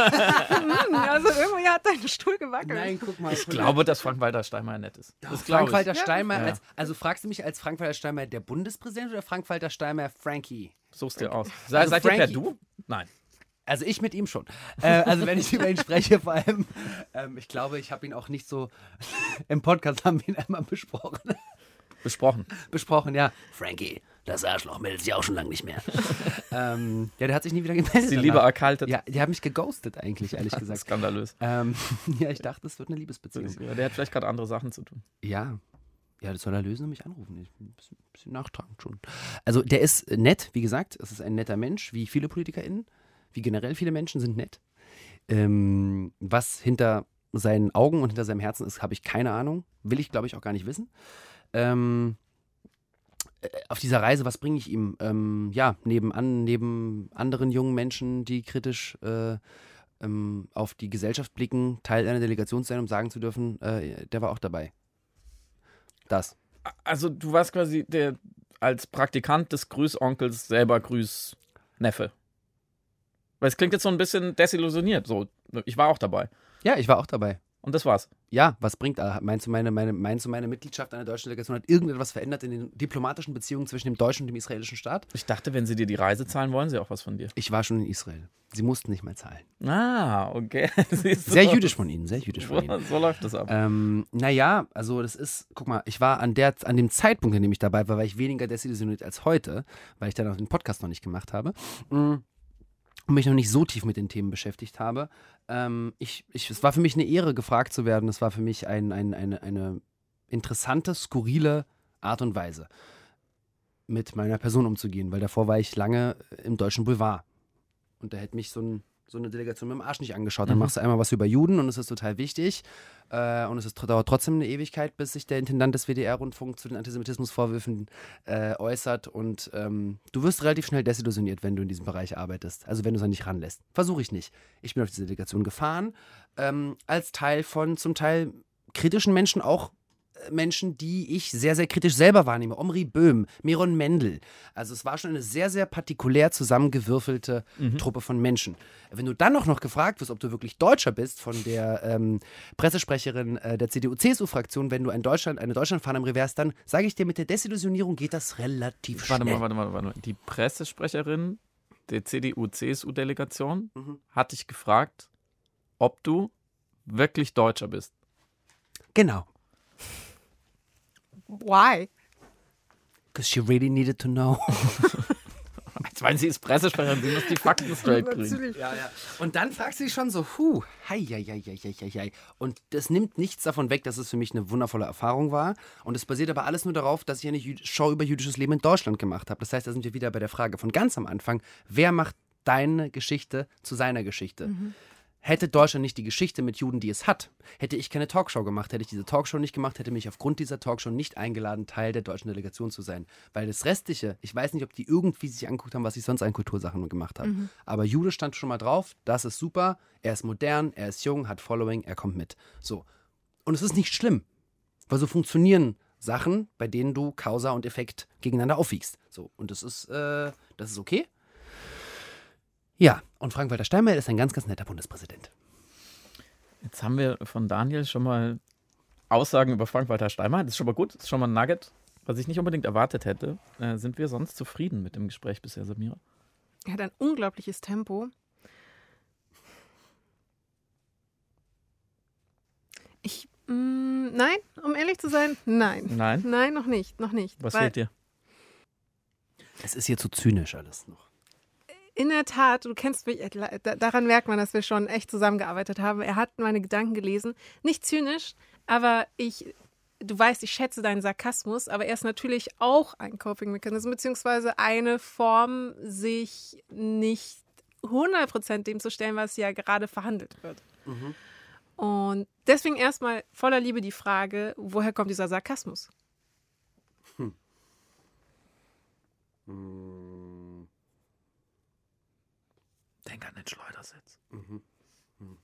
Also irgendwie hat dein Stuhl gewackelt. Nein, guck mal. Ich glaube, dass Frank-Walter Steinmeier nett ist. Das Frank-Walter Steinmeier, als, also fragst du mich als Frank-Walter Steinmeier der Bundespräsident oder Frank-Walter Steinmeier Frankie? Suchst dir aus. Sei, also seid Frankie, ihr per Du? Nein. Also ich mit ihm schon. Äh, also wenn ich über ihn spreche, vor allem, ähm, ich glaube, ich habe ihn auch nicht so, im Podcast haben wir ihn einmal besprochen. Besprochen. Besprochen, ja. Frankie, das Arschloch meldet sich auch schon lange nicht mehr. ähm, ja, der hat sich nie wieder gemeldet. Die Liebe erkaltet. Ja, die haben mich geghostet eigentlich, ehrlich gesagt. Skandalös. Ähm, ja, ich dachte, es wird eine Liebesbeziehung. Ja, der hat vielleicht gerade andere Sachen zu tun. Ja. Ja, das soll er lösen und mich anrufen. Ich bin ein bisschen, ein bisschen nachtragend schon. Also der ist nett, wie gesagt. Es ist ein netter Mensch, wie viele PolitikerInnen. Wie generell viele Menschen sind nett. Ähm, was hinter seinen Augen und hinter seinem Herzen ist, habe ich keine Ahnung. Will ich, glaube ich, auch gar nicht wissen. Ähm, auf dieser Reise, was bringe ich ihm? Ähm, ja, nebenan, neben anderen jungen Menschen, die kritisch äh, ähm, auf die Gesellschaft blicken, Teil einer Delegation sein, um sagen zu dürfen, äh, der war auch dabei. Das. Also du warst quasi der als Praktikant des Grüßonkels selber Grüßneffe. Weil es klingt jetzt so ein bisschen desillusioniert. So, ich war auch dabei. Ja, ich war auch dabei. Und das war's. Ja, was bringt, meinst du, meine, meine, meinst du, meine Mitgliedschaft einer deutschen Delegation hat irgendetwas verändert in den diplomatischen Beziehungen zwischen dem deutschen und dem israelischen Staat? Ich dachte, wenn sie dir die Reise zahlen, wollen sie auch was von dir. Ich war schon in Israel. Sie mussten nicht mal zahlen. Ah, okay. Sehr jüdisch von ihnen, sehr jüdisch von ihnen. So läuft das ab. Ähm, naja, also das ist, guck mal, ich war an, der, an dem Zeitpunkt, an dem ich dabei war, war ich weniger desillusioniert als heute, weil ich dann auch den Podcast noch nicht gemacht habe. Mhm. Und mich noch nicht so tief mit den Themen beschäftigt habe. Ähm, ich, ich, es war für mich eine Ehre, gefragt zu werden. Es war für mich ein, ein, eine, eine interessante, skurrile Art und Weise, mit meiner Person umzugehen, weil davor war ich lange im deutschen Boulevard. Und da hätte mich so, ein, so eine Delegation mit dem Arsch nicht angeschaut. Dann mhm. machst du einmal was über Juden und es ist total wichtig. Äh, und es ist, dauert trotzdem eine Ewigkeit, bis sich der Intendant des W D R-Rundfunks zu den Antisemitismusvorwürfen äh, äußert. Und ähm, du wirst relativ schnell desillusioniert, wenn du in diesem Bereich arbeitest. Also wenn du es an dich ranlässt. Versuche ich nicht. Ich bin auf diese Delegation gefahren, ähm, als Teil von zum Teil kritischen Menschen auch Menschen, die ich sehr, sehr kritisch selber wahrnehme. Omri Böhm, Miron Mendel. Also es war schon eine sehr, sehr partikulär zusammengewürfelte mhm. Truppe von Menschen. Wenn du dann auch noch gefragt wirst, ob du wirklich Deutscher bist, von der ähm, Pressesprecherin äh, der C D U-C S U-Fraktion, wenn du ein Deutschland, eine Deutschlandfahne im Revers, dann sage ich dir, mit der Desillusionierung geht das relativ schnell. Warte mal, warte mal, warte mal. Die Pressesprecherin der C D U-C S U-Delegation mhm. hat dich gefragt, ob du wirklich Deutscher bist. Genau. Why? Because she really needed to know. Jetzt meinen sie ist Pressesprecherin, sie muss die Fakten straight kriegen. Ja, ja. Und dann fragt sie schon so, hu, hei, hei, hei, hei, hei, hei. Und das nimmt nichts davon weg, dass es für mich eine wundervolle Erfahrung war. Und es basiert aber alles nur darauf, dass ich eine Jü- Show über jüdisches Leben in Deutschland gemacht habe. Das heißt, da sind wir wieder bei der Frage von ganz am Anfang, wer macht deine Geschichte zu seiner Geschichte? Mhm. Hätte Deutschland nicht die Geschichte mit Juden, die es hat, hätte ich keine Talkshow gemacht, hätte ich diese Talkshow nicht gemacht, hätte mich aufgrund dieser Talkshow nicht eingeladen, Teil der deutschen Delegation zu sein. Weil das Restliche, ich weiß nicht, ob die irgendwie sich angeguckt haben, was ich sonst an Kultursachen gemacht habe. Mhm. Aber Jude stand schon mal drauf, das ist super, er ist modern, er ist jung, hat Following, er kommt mit. So. Und es ist nicht schlimm, weil so funktionieren Sachen, bei denen du Causa und Effekt gegeneinander aufwiegst. So. Und das ist, äh, das ist okay. Ja, und Frank-Walter Steinmeier ist ein ganz, ganz netter Bundespräsident. Jetzt haben wir von Daniel schon mal Aussagen über Frank-Walter Steinmeier. Das ist schon mal gut, das ist schon mal ein Nugget, was ich nicht unbedingt erwartet hätte. Äh, sind wir sonst zufrieden mit dem Gespräch bisher, Samira? Er hat ein unglaubliches Tempo. Ich, mh, nein, um ehrlich zu sein, nein. Nein? Nein, noch nicht, noch nicht. Was fehlt dir? Es ist hier zu zynisch alles noch. In der Tat, du kennst mich, daran merkt man, dass wir schon echt zusammengearbeitet haben. Er hat meine Gedanken gelesen. Nicht zynisch, aber ich, du weißt, ich schätze deinen Sarkasmus, aber er ist natürlich auch ein Coping-Mechanismus, beziehungsweise eine Form, sich nicht hundert Prozent dem zu stellen, was ja gerade verhandelt wird. Mhm. Und deswegen erstmal voller Liebe die Frage, woher kommt dieser Sarkasmus? Hm. Hm. Denk an den Schleudersitz. Mhm. Mhm.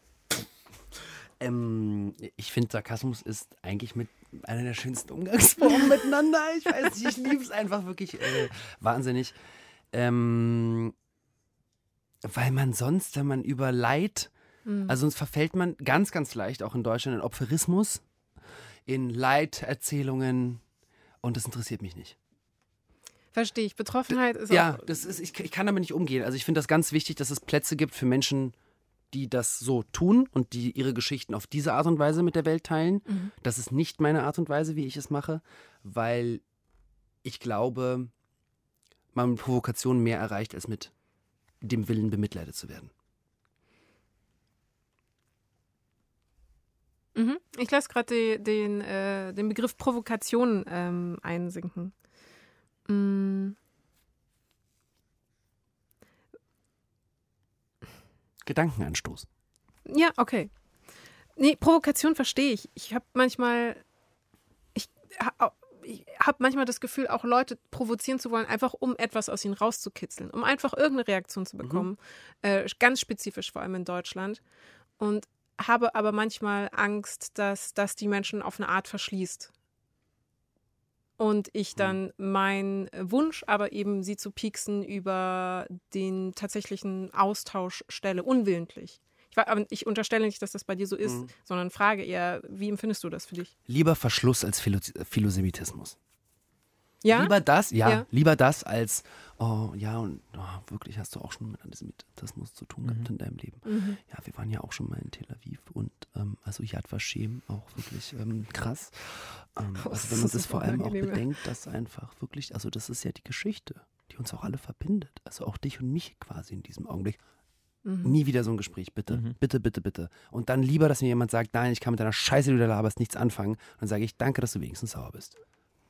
Ähm, ich finde, Sarkasmus ist eigentlich mit einer der schönsten Umgangsformen miteinander. Ich weiß nicht, ich liebe es einfach wirklich äh, wahnsinnig. Ähm, weil man sonst, wenn man über Leid, mhm. also sonst verfällt man ganz, ganz leicht auch in Deutschland in Opferismus, in Leiterzählungen und das interessiert mich nicht. Verstehe ich. Betroffenheit ist ja, auch... Ja, das ist, ich, ich kann damit nicht umgehen. Also ich finde das ganz wichtig, dass es Plätze gibt für Menschen, die das so tun und die ihre Geschichten auf diese Art und Weise mit der Welt teilen. Mhm. Das ist nicht meine Art und Weise, wie ich es mache, weil ich glaube, man mit Provokation mehr erreicht, als mit dem Willen, bemitleidet zu werden. Mhm. Ich lasse gerade den, äh, den Begriff Provokation ähm, einsinken. Mm. Gedankenanstoß. Ja, okay. Nee, Provokation verstehe ich. Ich habe manchmal, ich, ich habe manchmal das Gefühl, auch Leute provozieren zu wollen, einfach um etwas aus ihnen rauszukitzeln, um einfach irgendeine Reaktion zu bekommen. Mhm. Äh, ganz spezifisch, vor allem in Deutschland. Und habe aber manchmal Angst, dass das die Menschen auf eine Art verschließt. Und ich dann meinen Wunsch, aber eben sie zu pieksen, über den tatsächlichen Austausch stelle, unwillentlich. Ich, war, aber ich unterstelle nicht, dass das bei dir so ist, mhm. sondern frage eher, wie empfindest du das für dich? Lieber Verschluss als Philo- Philosemitismus. Ja? Lieber das, ja, ja, lieber das als, oh ja, und oh, wirklich hast du auch schon mit Antisemitismus zu tun gehabt mhm. in deinem Leben. Mhm. Ja, wir waren ja auch schon mal in Tel Aviv und ähm, also Yad Vashem auch wirklich ähm, krass. Ähm, oh, also wenn man das vor allem auch bedenkt, dass einfach wirklich, also das ist ja die Geschichte, die uns auch alle verbindet. Also auch dich und mich quasi in diesem Augenblick. Mhm. Nie wieder so ein Gespräch, bitte, mhm. bitte, bitte, bitte. Und dann lieber, dass mir jemand sagt, nein, ich kann mit deiner Scheiße, die du da laberst, nichts anfangen. Und dann sage ich, danke, dass du wenigstens sauer bist.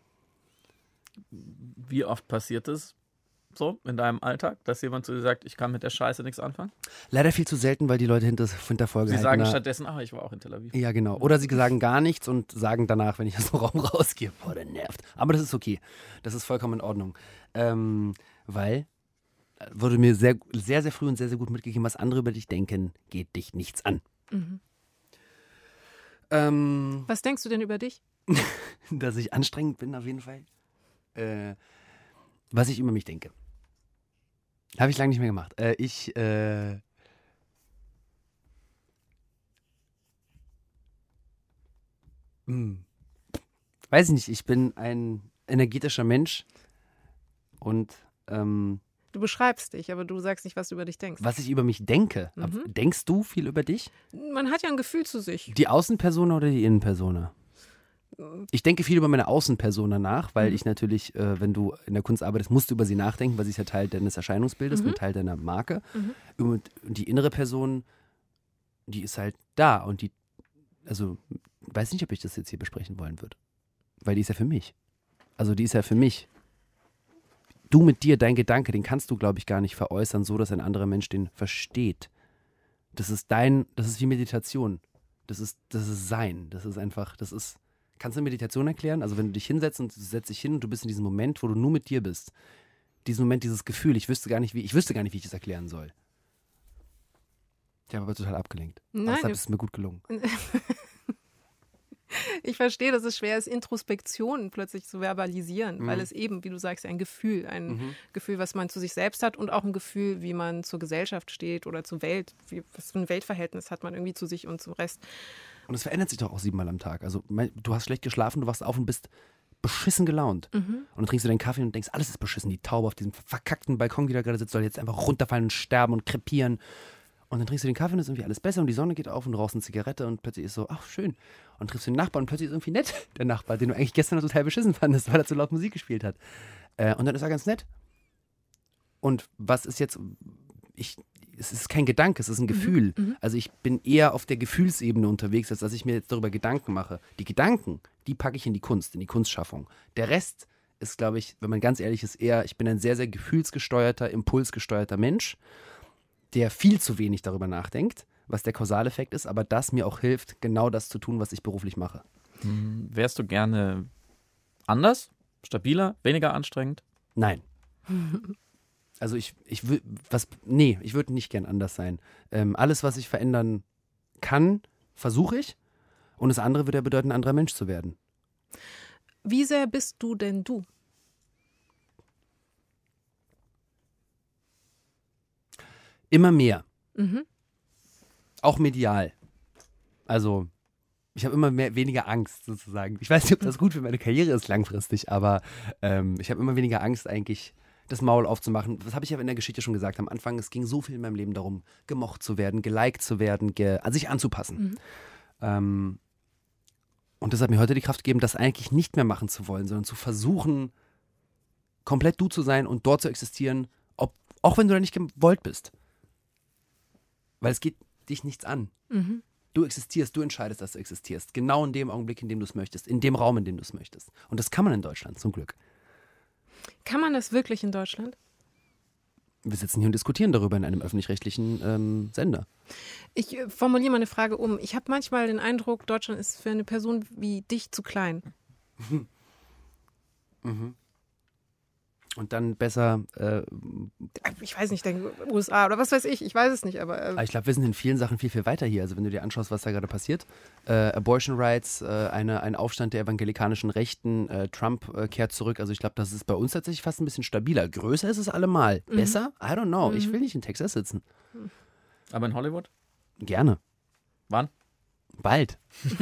Wie oft passiert es so in deinem Alltag, dass jemand zu dir sagt, ich kann mit der Scheiße nichts anfangen? Leider viel zu selten, weil die Leute hinter, hinter Folge Sie sagen stattdessen, ach, ich war auch in Tel Aviv. Ja, genau. Oder sie sagen gar nichts und sagen danach, wenn ich aus dem Raum rausgehe, boah, der nervt. Aber das ist okay. Das ist vollkommen in Ordnung. Ähm, weil, wurde mir sehr, sehr, sehr früh und sehr, sehr gut mitgegeben, was andere über dich denken, geht dich nichts an. Mhm. Ähm, was denkst du denn über dich? Dass ich anstrengend bin, auf jeden Fall. Äh, was ich über mich denke. Habe ich lange nicht mehr gemacht. Äh, ich, äh, mh, weiß ich nicht, ich bin ein energetischer Mensch und ähm, Du beschreibst dich, aber du sagst nicht, was du über dich denkst. was ich über mich denke. Mhm. Denkst du viel über dich? Man hat ja ein Gefühl zu sich. Die Außenpersona oder die Innenpersona? Ich denke viel über meine Außenpersona nach, weil Mhm. ich natürlich, äh, wenn du in der Kunst arbeitest, musst du über sie nachdenken, weil sie ist ja Teil deines Erscheinungsbildes Mhm. und Teil deiner Marke. Mhm. Und die innere Person, die ist halt da und die, also, weiß nicht, ob ich das jetzt hier besprechen wollen würde. Weil die ist ja für mich. Also die ist ja für mich. Du mit dir, dein Gedanke, den kannst du, glaube ich, gar nicht veräußern, so dass ein anderer Mensch den versteht. Das ist dein, das ist wie Meditation. Das ist, das ist Sein. Das ist einfach, das ist, kannst du Meditation erklären? Also wenn du dich hinsetzt und du setzt dich hin und du bist in diesem Moment, wo du nur mit dir bist. Diesen Moment, dieses Gefühl, ich wüsste gar nicht, wie, ich wüsste gar nicht, wie ich das erklären soll. Ich habe aber total abgelenkt. Nein, Aber deshalb ist es mir gut gelungen. Ich verstehe, dass es schwer ist, Introspektion plötzlich zu verbalisieren, Mhm. weil es eben, wie du sagst, ein Gefühl, ein Mhm. Gefühl, was man zu sich selbst hat und auch ein Gefühl, wie man zur Gesellschaft steht oder zur Welt, wie, was für ein Weltverhältnis hat man irgendwie zu sich und zum Rest. Und es verändert sich doch auch siebenmal am Tag. Also mein, du hast schlecht geschlafen, du wachst auf und bist beschissen gelaunt. Mhm. Und dann trinkst du deinen Kaffee und denkst, alles ist beschissen. Die Taube auf diesem verkackten Balkon, die da gerade sitzt, soll jetzt einfach runterfallen und sterben und krepieren. Und dann trinkst du den Kaffee und ist irgendwie alles besser und die Sonne geht auf und du rauchst eine Zigarette und plötzlich ist so, ach schön. Und dann triffst du den Nachbarn und plötzlich ist irgendwie nett, der Nachbar, den du eigentlich gestern noch total beschissen fandest, weil er zu laut Musik gespielt hat. Äh, und dann ist er ganz nett. Und was ist jetzt, ich, es ist kein Gedanke, es ist ein Gefühl. Mhm. Also ich bin eher auf der Gefühlsebene unterwegs, als dass ich mir jetzt darüber Gedanken mache. Die Gedanken, die packe ich in die Kunst, in die Kunstschaffung. Der Rest ist, glaube ich, wenn man ganz ehrlich ist, eher, ich bin ein sehr, sehr gefühlsgesteuerter, impulsgesteuerter Mensch, der viel zu wenig darüber nachdenkt, was der Kausaleffekt ist, aber das mir auch hilft, genau das zu tun, was ich beruflich mache. Hm, wärst du gerne anders, stabiler, weniger anstrengend? Nein. Also ich, ich will, was, nee, ich würde nicht gern anders sein. Ähm, alles, was ich verändern kann, versuche ich. Und das andere würde ja bedeuten, ein anderer Mensch zu werden. Wie sehr bist du denn du? Immer mehr. Mhm. Auch medial. Also, ich habe immer mehr, weniger Angst sozusagen. Ich weiß nicht, ob das gut für meine Karriere ist langfristig, aber ähm, ich habe immer weniger Angst eigentlich, das Maul aufzumachen. Das habe ich ja in der Geschichte schon gesagt. Am Anfang, es ging so viel in meinem Leben darum, gemocht zu werden, geliked zu werden, ge also sich anzupassen. Mhm. Ähm, und das hat mir heute die Kraft gegeben, das eigentlich nicht mehr machen zu wollen, sondern zu versuchen, komplett du zu sein und dort zu existieren, ob, auch wenn du da nicht gewollt bist. Weil es geht dich nichts an. Mhm. Du existierst, du entscheidest, dass du existierst. Genau in dem Augenblick, in dem du es möchtest. In dem Raum, in dem du es möchtest. Und das kann man in Deutschland, zum Glück. Kann man das wirklich in Deutschland? Wir sitzen hier und diskutieren darüber in einem öffentlich-rechtlichen ähm, Sender. Ich äh, formuliere mal eine Frage um. Ich habe manchmal den Eindruck, Deutschland ist für eine Person wie dich zu klein. Mhm. Und dann besser, äh, Ich weiß nicht, ich denke U S A oder was weiß ich, ich weiß es nicht, aber äh, aber ich glaube, wir sind in vielen Sachen viel, viel weiter hier. Also wenn du dir anschaust, was da gerade passiert, äh, Abortion Rights, äh, eine, ein Aufstand der evangelikanischen Rechten, äh, Trump äh, kehrt zurück. Also ich glaube, das ist bei uns tatsächlich fast ein bisschen stabiler. Größer ist es allemal. Mhm. Besser? I don't know. Ich Mhm. will nicht in Texas sitzen. Aber in Hollywood? Gerne. Wann? Bald.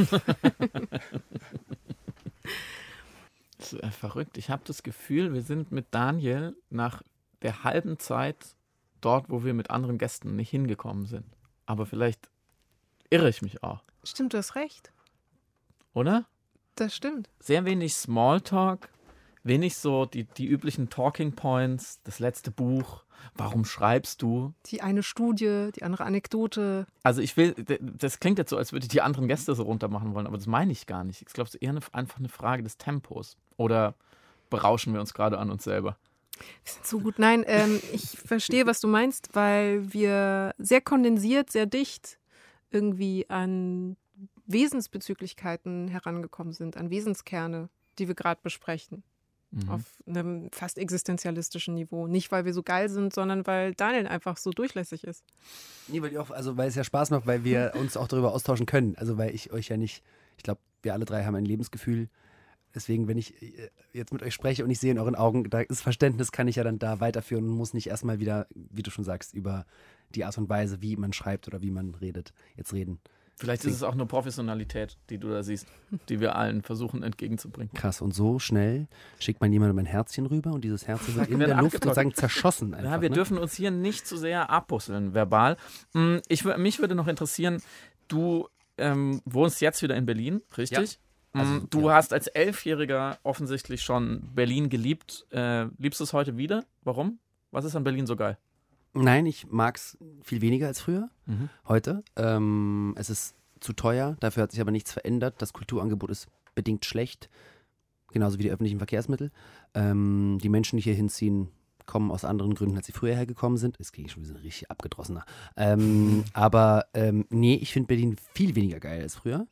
Das ist äh, verrückt. Ich habe das Gefühl, wir sind mit Daniel nach der halben Zeit dort, wo wir mit anderen Gästen nicht hingekommen sind. Aber vielleicht irre ich mich auch, stimmt, du hast recht. oder? Das stimmt. Sehr wenig Smalltalk, wenig so die, die üblichen Talking Points, das letzte Buch, warum schreibst du? Die eine Studie, die andere Anekdote. Also ich will, d- das klingt jetzt so, als würde ich die anderen Gäste so runter machen wollen, aber das meine ich gar nicht. Ich glaube, es ist eher eine, einfach eine Frage des Tempos. Oder berauschen wir uns gerade an uns selber? Wir sind so gut. Nein, ähm, ich verstehe, was du meinst, weil wir sehr kondensiert, sehr dicht irgendwie an Wesensbezüglichkeiten herangekommen sind, an Wesenskerne, die wir gerade besprechen. Mhm. Auf einem fast existenzialistischen Niveau. Nicht, weil wir so geil sind, sondern weil Daniel einfach so durchlässig ist. Nee, weil, die auch, also, weil es ja Spaß macht, weil wir uns auch darüber austauschen können. Also weil ich euch ja nicht, ich glaube, wir alle drei haben ein Lebensgefühl. Deswegen, wenn ich jetzt mit euch spreche und ich sehe in euren Augen, das Verständnis kann ich ja dann da weiterführen und muss nicht erstmal wieder, wie du schon sagst, über die Art und Weise, wie man schreibt oder wie man redet, jetzt reden. Vielleicht ist es auch eine Professionalität, die du da siehst, die wir allen versuchen entgegenzubringen. Krass, und so schnell schickt man jemandem ein Herzchen rüber und dieses Herzchen wird in der Luft sozusagen zerschossen. Einfach, ja, wir ne? dürfen uns hier nicht zu sehr abbusseln, verbal. Ich, mich würde noch interessieren, du ähm, wohnst jetzt wieder in Berlin, richtig? Ja. Also, du ja. hast als Elfjähriger offensichtlich schon Berlin geliebt. Äh, liebst du es heute wieder? Warum? Was ist an Berlin so geil? Nein, ich mag es viel weniger als früher, mhm. heute. Ähm, es ist zu teuer, dafür hat sich aber nichts verändert. Das Kulturangebot ist bedingt schlecht, genauso wie die öffentlichen Verkehrsmittel. Ähm, die Menschen, die hier hinziehen, kommen aus anderen Gründen, als sie früher hergekommen sind. Jetzt kriege ich schon wieder so richtig abgedrossener. Ähm, aber ähm, nee, ich finde Berlin viel weniger geil als früher.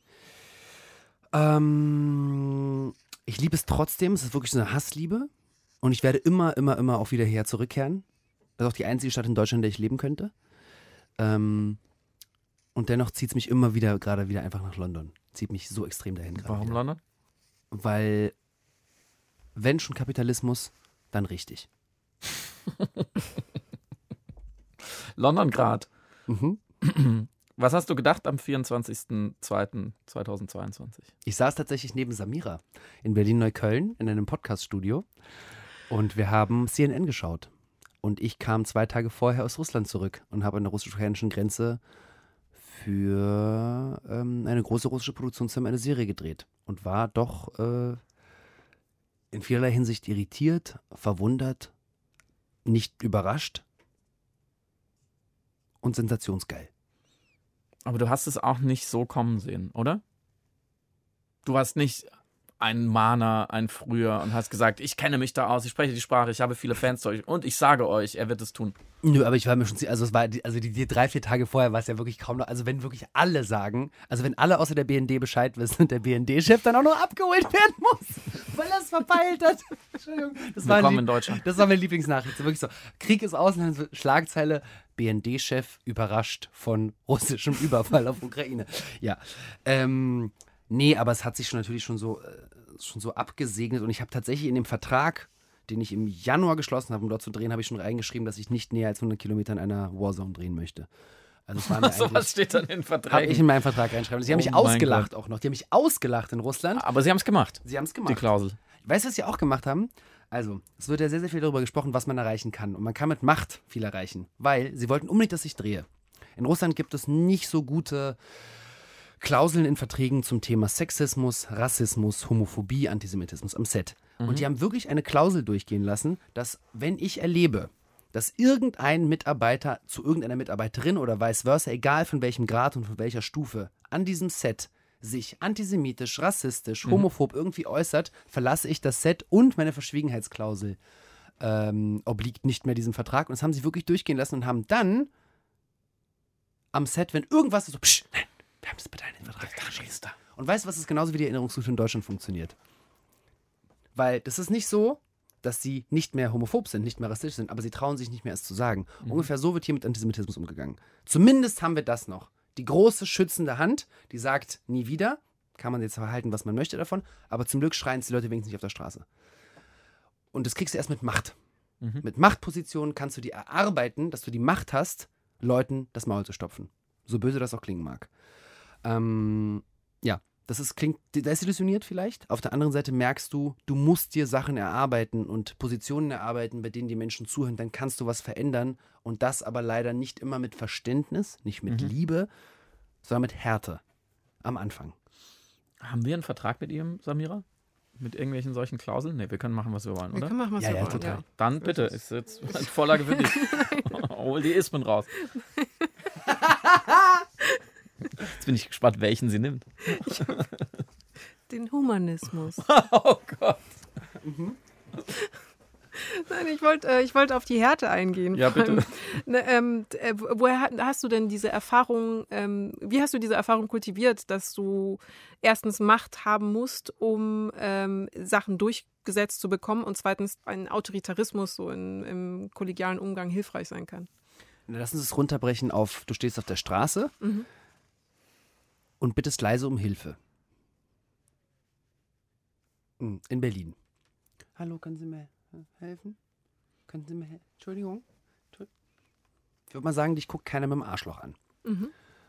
Ähm, ich liebe es trotzdem, es ist wirklich so eine Hassliebe und ich werde immer, immer, immer auch wieder hierher zurückkehren. Das ist auch die einzige Stadt in Deutschland, in der ich leben könnte. Ähm, und dennoch zieht es mich immer wieder, gerade wieder einfach nach London. Zieht mich so extrem dahin. Warum wieder. London? Weil, wenn schon Kapitalismus, dann richtig. London grad. Mhm. Was hast du gedacht am vierundzwanzigsten zweiten zweitausendzweiundzwanzig? Ich saß tatsächlich neben Samira in Berlin-Neukölln in einem Podcast-Studio und wir haben C N N geschaut. Und ich kam zwei Tage vorher aus Russland zurück und habe an der russisch-ukrainischen Grenze für ähm, eine große russische Produktionsfirma eine Serie gedreht und war doch äh, in vielerlei Hinsicht irritiert, verwundert, nicht überrascht und sensationsgeil. Aber du hast es auch nicht so kommen sehen, oder? Du hast nicht ein Mahner, ein Früher und hast gesagt, ich kenne mich da aus, ich spreche die Sprache, ich habe viele Fans zu euch und ich sage euch, er wird es tun. Nö, aber ich war mir schon, also es war, die, also die, die drei, vier Tage vorher war es ja wirklich kaum noch, also wenn wirklich alle sagen, also wenn alle außer der B N D Bescheid wissen und der B N D-Chef dann auch noch abgeholt werden muss, weil er es verpeilt hat. Entschuldigung. Das war Willkommen Lieb- in Deutschland. Das war meine Lieblingsnachricht, so wirklich so, Krieg ist aus, und dann so Schlagzeile, B N D-Chef überrascht von russischem Überfall auf Ukraine. Ja, ähm, nee, aber es hat sich schon natürlich schon so, äh, schon so abgesegnet und ich habe tatsächlich in dem Vertrag, den ich im Januar geschlossen habe, um dort zu drehen, habe ich schon reingeschrieben, dass ich nicht näher als hundert Kilometer in einer Warzone drehen möchte. Also es war mir so was steht dann in Verträgen? Habe ich in meinem Vertrag reinschreiben. Sie haben Oh mich mein ausgelacht Gott. auch noch. Die haben mich ausgelacht in Russland. Aber sie haben es gemacht, Sie haben es gemacht. die Klausel. Weißt du, was sie auch gemacht haben? Also, es wird ja sehr, sehr viel darüber gesprochen, was man erreichen kann. Und man kann mit Macht viel erreichen, weil sie wollten unbedingt, dass ich drehe. In Russland gibt es nicht so gute Klauseln in Verträgen zum Thema Sexismus, Rassismus, Homophobie, Antisemitismus am Set. Mhm. Und die haben wirklich eine Klausel durchgehen lassen, dass wenn ich erlebe, dass irgendein Mitarbeiter zu irgendeiner Mitarbeiterin oder vice versa, egal von welchem Grad und von welcher Stufe, an diesem Set sich antisemitisch, rassistisch, homophob mhm. irgendwie äußert, verlasse ich das Set und meine Verschwiegenheitsklausel ähm, obliegt nicht mehr diesem Vertrag. Und das haben sie wirklich durchgehen lassen und haben dann am Set, wenn irgendwas ist, so, psch, nein, wir haben das bitte in den Vertrag geschrieben. Und weißt du, was ist genauso wie die Erinnerungskultur in Deutschland funktioniert? Weil das ist nicht so, dass sie nicht mehr homophob sind, nicht mehr rassistisch sind, aber sie trauen sich nicht mehr, es zu sagen. Mhm. Ungefähr so wird hier mit Antisemitismus umgegangen. Zumindest haben wir das noch. Die große schützende Hand, die sagt, nie wieder, kann man jetzt verhalten, was man möchte davon, aber zum Glück schreien es die Leute wenigstens nicht auf der Straße. Und das kriegst du erst mit Macht. Mhm. Mit Machtpositionen kannst du dir erarbeiten, dass du die Macht hast, Leuten das Maul zu stopfen. So böse das auch klingen mag. Ähm, ja, das ist, klingt desillusioniert vielleicht. Auf der anderen Seite merkst du, du musst dir Sachen erarbeiten und Positionen erarbeiten, bei denen die Menschen zuhören, dann kannst du was verändern und das aber leider nicht immer mit Verständnis, nicht mit mhm. Liebe, sondern mit Härte am Anfang. Haben wir einen Vertrag mit ihm, Samira? Mit irgendwelchen solchen Klauseln? Ne, wir können machen, was wir wollen, wir oder? Wir können machen, was ja, wir ja, wollen, total. ja. Dann bitte, ist jetzt eine Vorlage für dich. Hol die Ismen raus. Jetzt bin ich gespannt, welchen sie nimmt. Den Humanismus. Oh Gott. Mhm. Nein, ich wollte äh, ich wollt auf die Härte eingehen. Ja, bitte. Ne, ähm, äh, woher hast du denn diese Erfahrung, ähm, wie hast du diese Erfahrung kultiviert, dass du erstens Macht haben musst, um ähm, Sachen durchgesetzt zu bekommen und zweitens ein Autoritarismus so in, im kollegialen Umgang hilfreich sein kann? Lass uns es runterbrechen auf, du stehst auf der Straße mhm. und bittest leise um Hilfe. In Berlin. Hallo, können Sie mir helfen? Können Sie mir helfen? Entschuldigung. Ich würde mal sagen, dich guckt keiner mit dem Arschloch an. Mhm.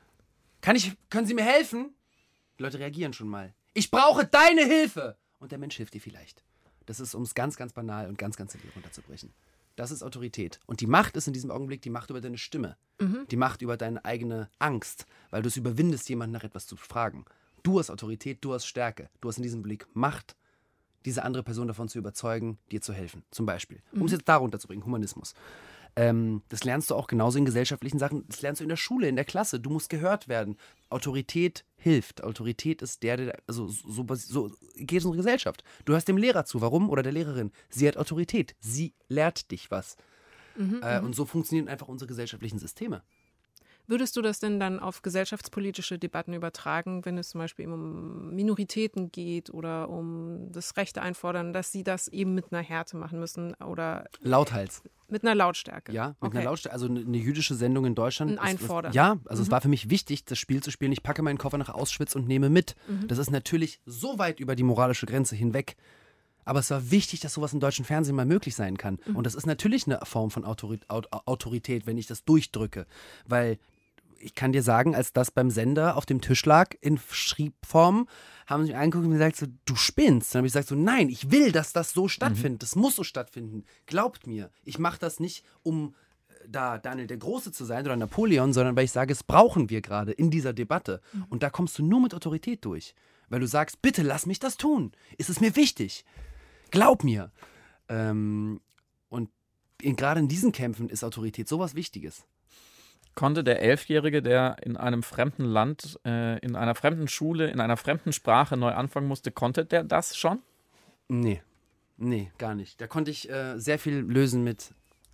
Kann ich, können Sie mir helfen? Die Leute reagieren schon mal. Ich brauche deine Hilfe! Und der Mensch hilft dir vielleicht. Das ist, um es ganz, ganz banal und ganz, ganz simpel runterzubrechen. Das ist Autorität. Und die Macht ist in diesem Augenblick die Macht über deine Stimme. Mhm. Die Macht über deine eigene Angst, weil du es überwindest, jemanden nach etwas zu fragen. Du hast Autorität, du hast Stärke. Du hast in diesem Blick Macht, diese andere Person davon zu überzeugen, dir zu helfen. Zum Beispiel. Um es jetzt darunter zu bringen, Humanismus. Ähm, das lernst du auch genauso in gesellschaftlichen Sachen. Das lernst du in der Schule, in der Klasse. Du musst gehört werden. Autorität hilft. Autorität ist der, der, also so, so, so geht es unsere Gesellschaft. Du hörst dem Lehrer zu. Warum? Oder der Lehrerin. Sie hat Autorität. Sie lehrt dich was. Mhm, äh, und so funktionieren einfach unsere gesellschaftlichen Systeme. Würdest du das denn dann auf gesellschaftspolitische Debatten übertragen, wenn es zum Beispiel um Minoritäten geht oder um das Rechte einfordern, dass sie das eben mit einer Härte machen müssen oder Lauthals. Mit einer Lautstärke? Ja, mit okay. einer Lautstärke. Also eine jüdische Sendung in Deutschland. Ein Einfordern. Ist, ja, also mhm. es war für mich wichtig, das Spiel zu spielen. Ich packe meinen Koffer nach Auschwitz und nehme mit. Mhm. Das ist natürlich so weit über die moralische Grenze hinweg. Aber es war wichtig, dass sowas im deutschen Fernsehen mal möglich sein kann. Mhm. Und das ist natürlich eine Form von Autorität, wenn ich das durchdrücke. Weil ich kann dir sagen, als das beim Sender auf dem Tisch lag, in Schriebform, haben sie mich angeguckt und gesagt, so, du spinnst. Dann habe ich gesagt, so, nein, ich will, dass das so stattfindet. Mhm. Das muss so stattfinden. Glaubt mir, ich mache das nicht, um da Daniel der Große zu sein oder Napoleon, sondern weil ich sage, es brauchen wir gerade in dieser Debatte. Mhm. Und da kommst du nur mit Autorität durch. Weil du sagst, bitte lass mich das tun. Ist es mir wichtig. Glaub mir. Ähm, und in, gerade in diesen Kämpfen ist Autorität sowas Wichtiges. Konnte der Elfjährige, der in einem fremden Land, äh, in einer fremden Schule, in einer fremden Sprache neu anfangen musste, konnte der das schon? Nee, nee, gar nicht. Da konnte ich äh, sehr viel lösen mit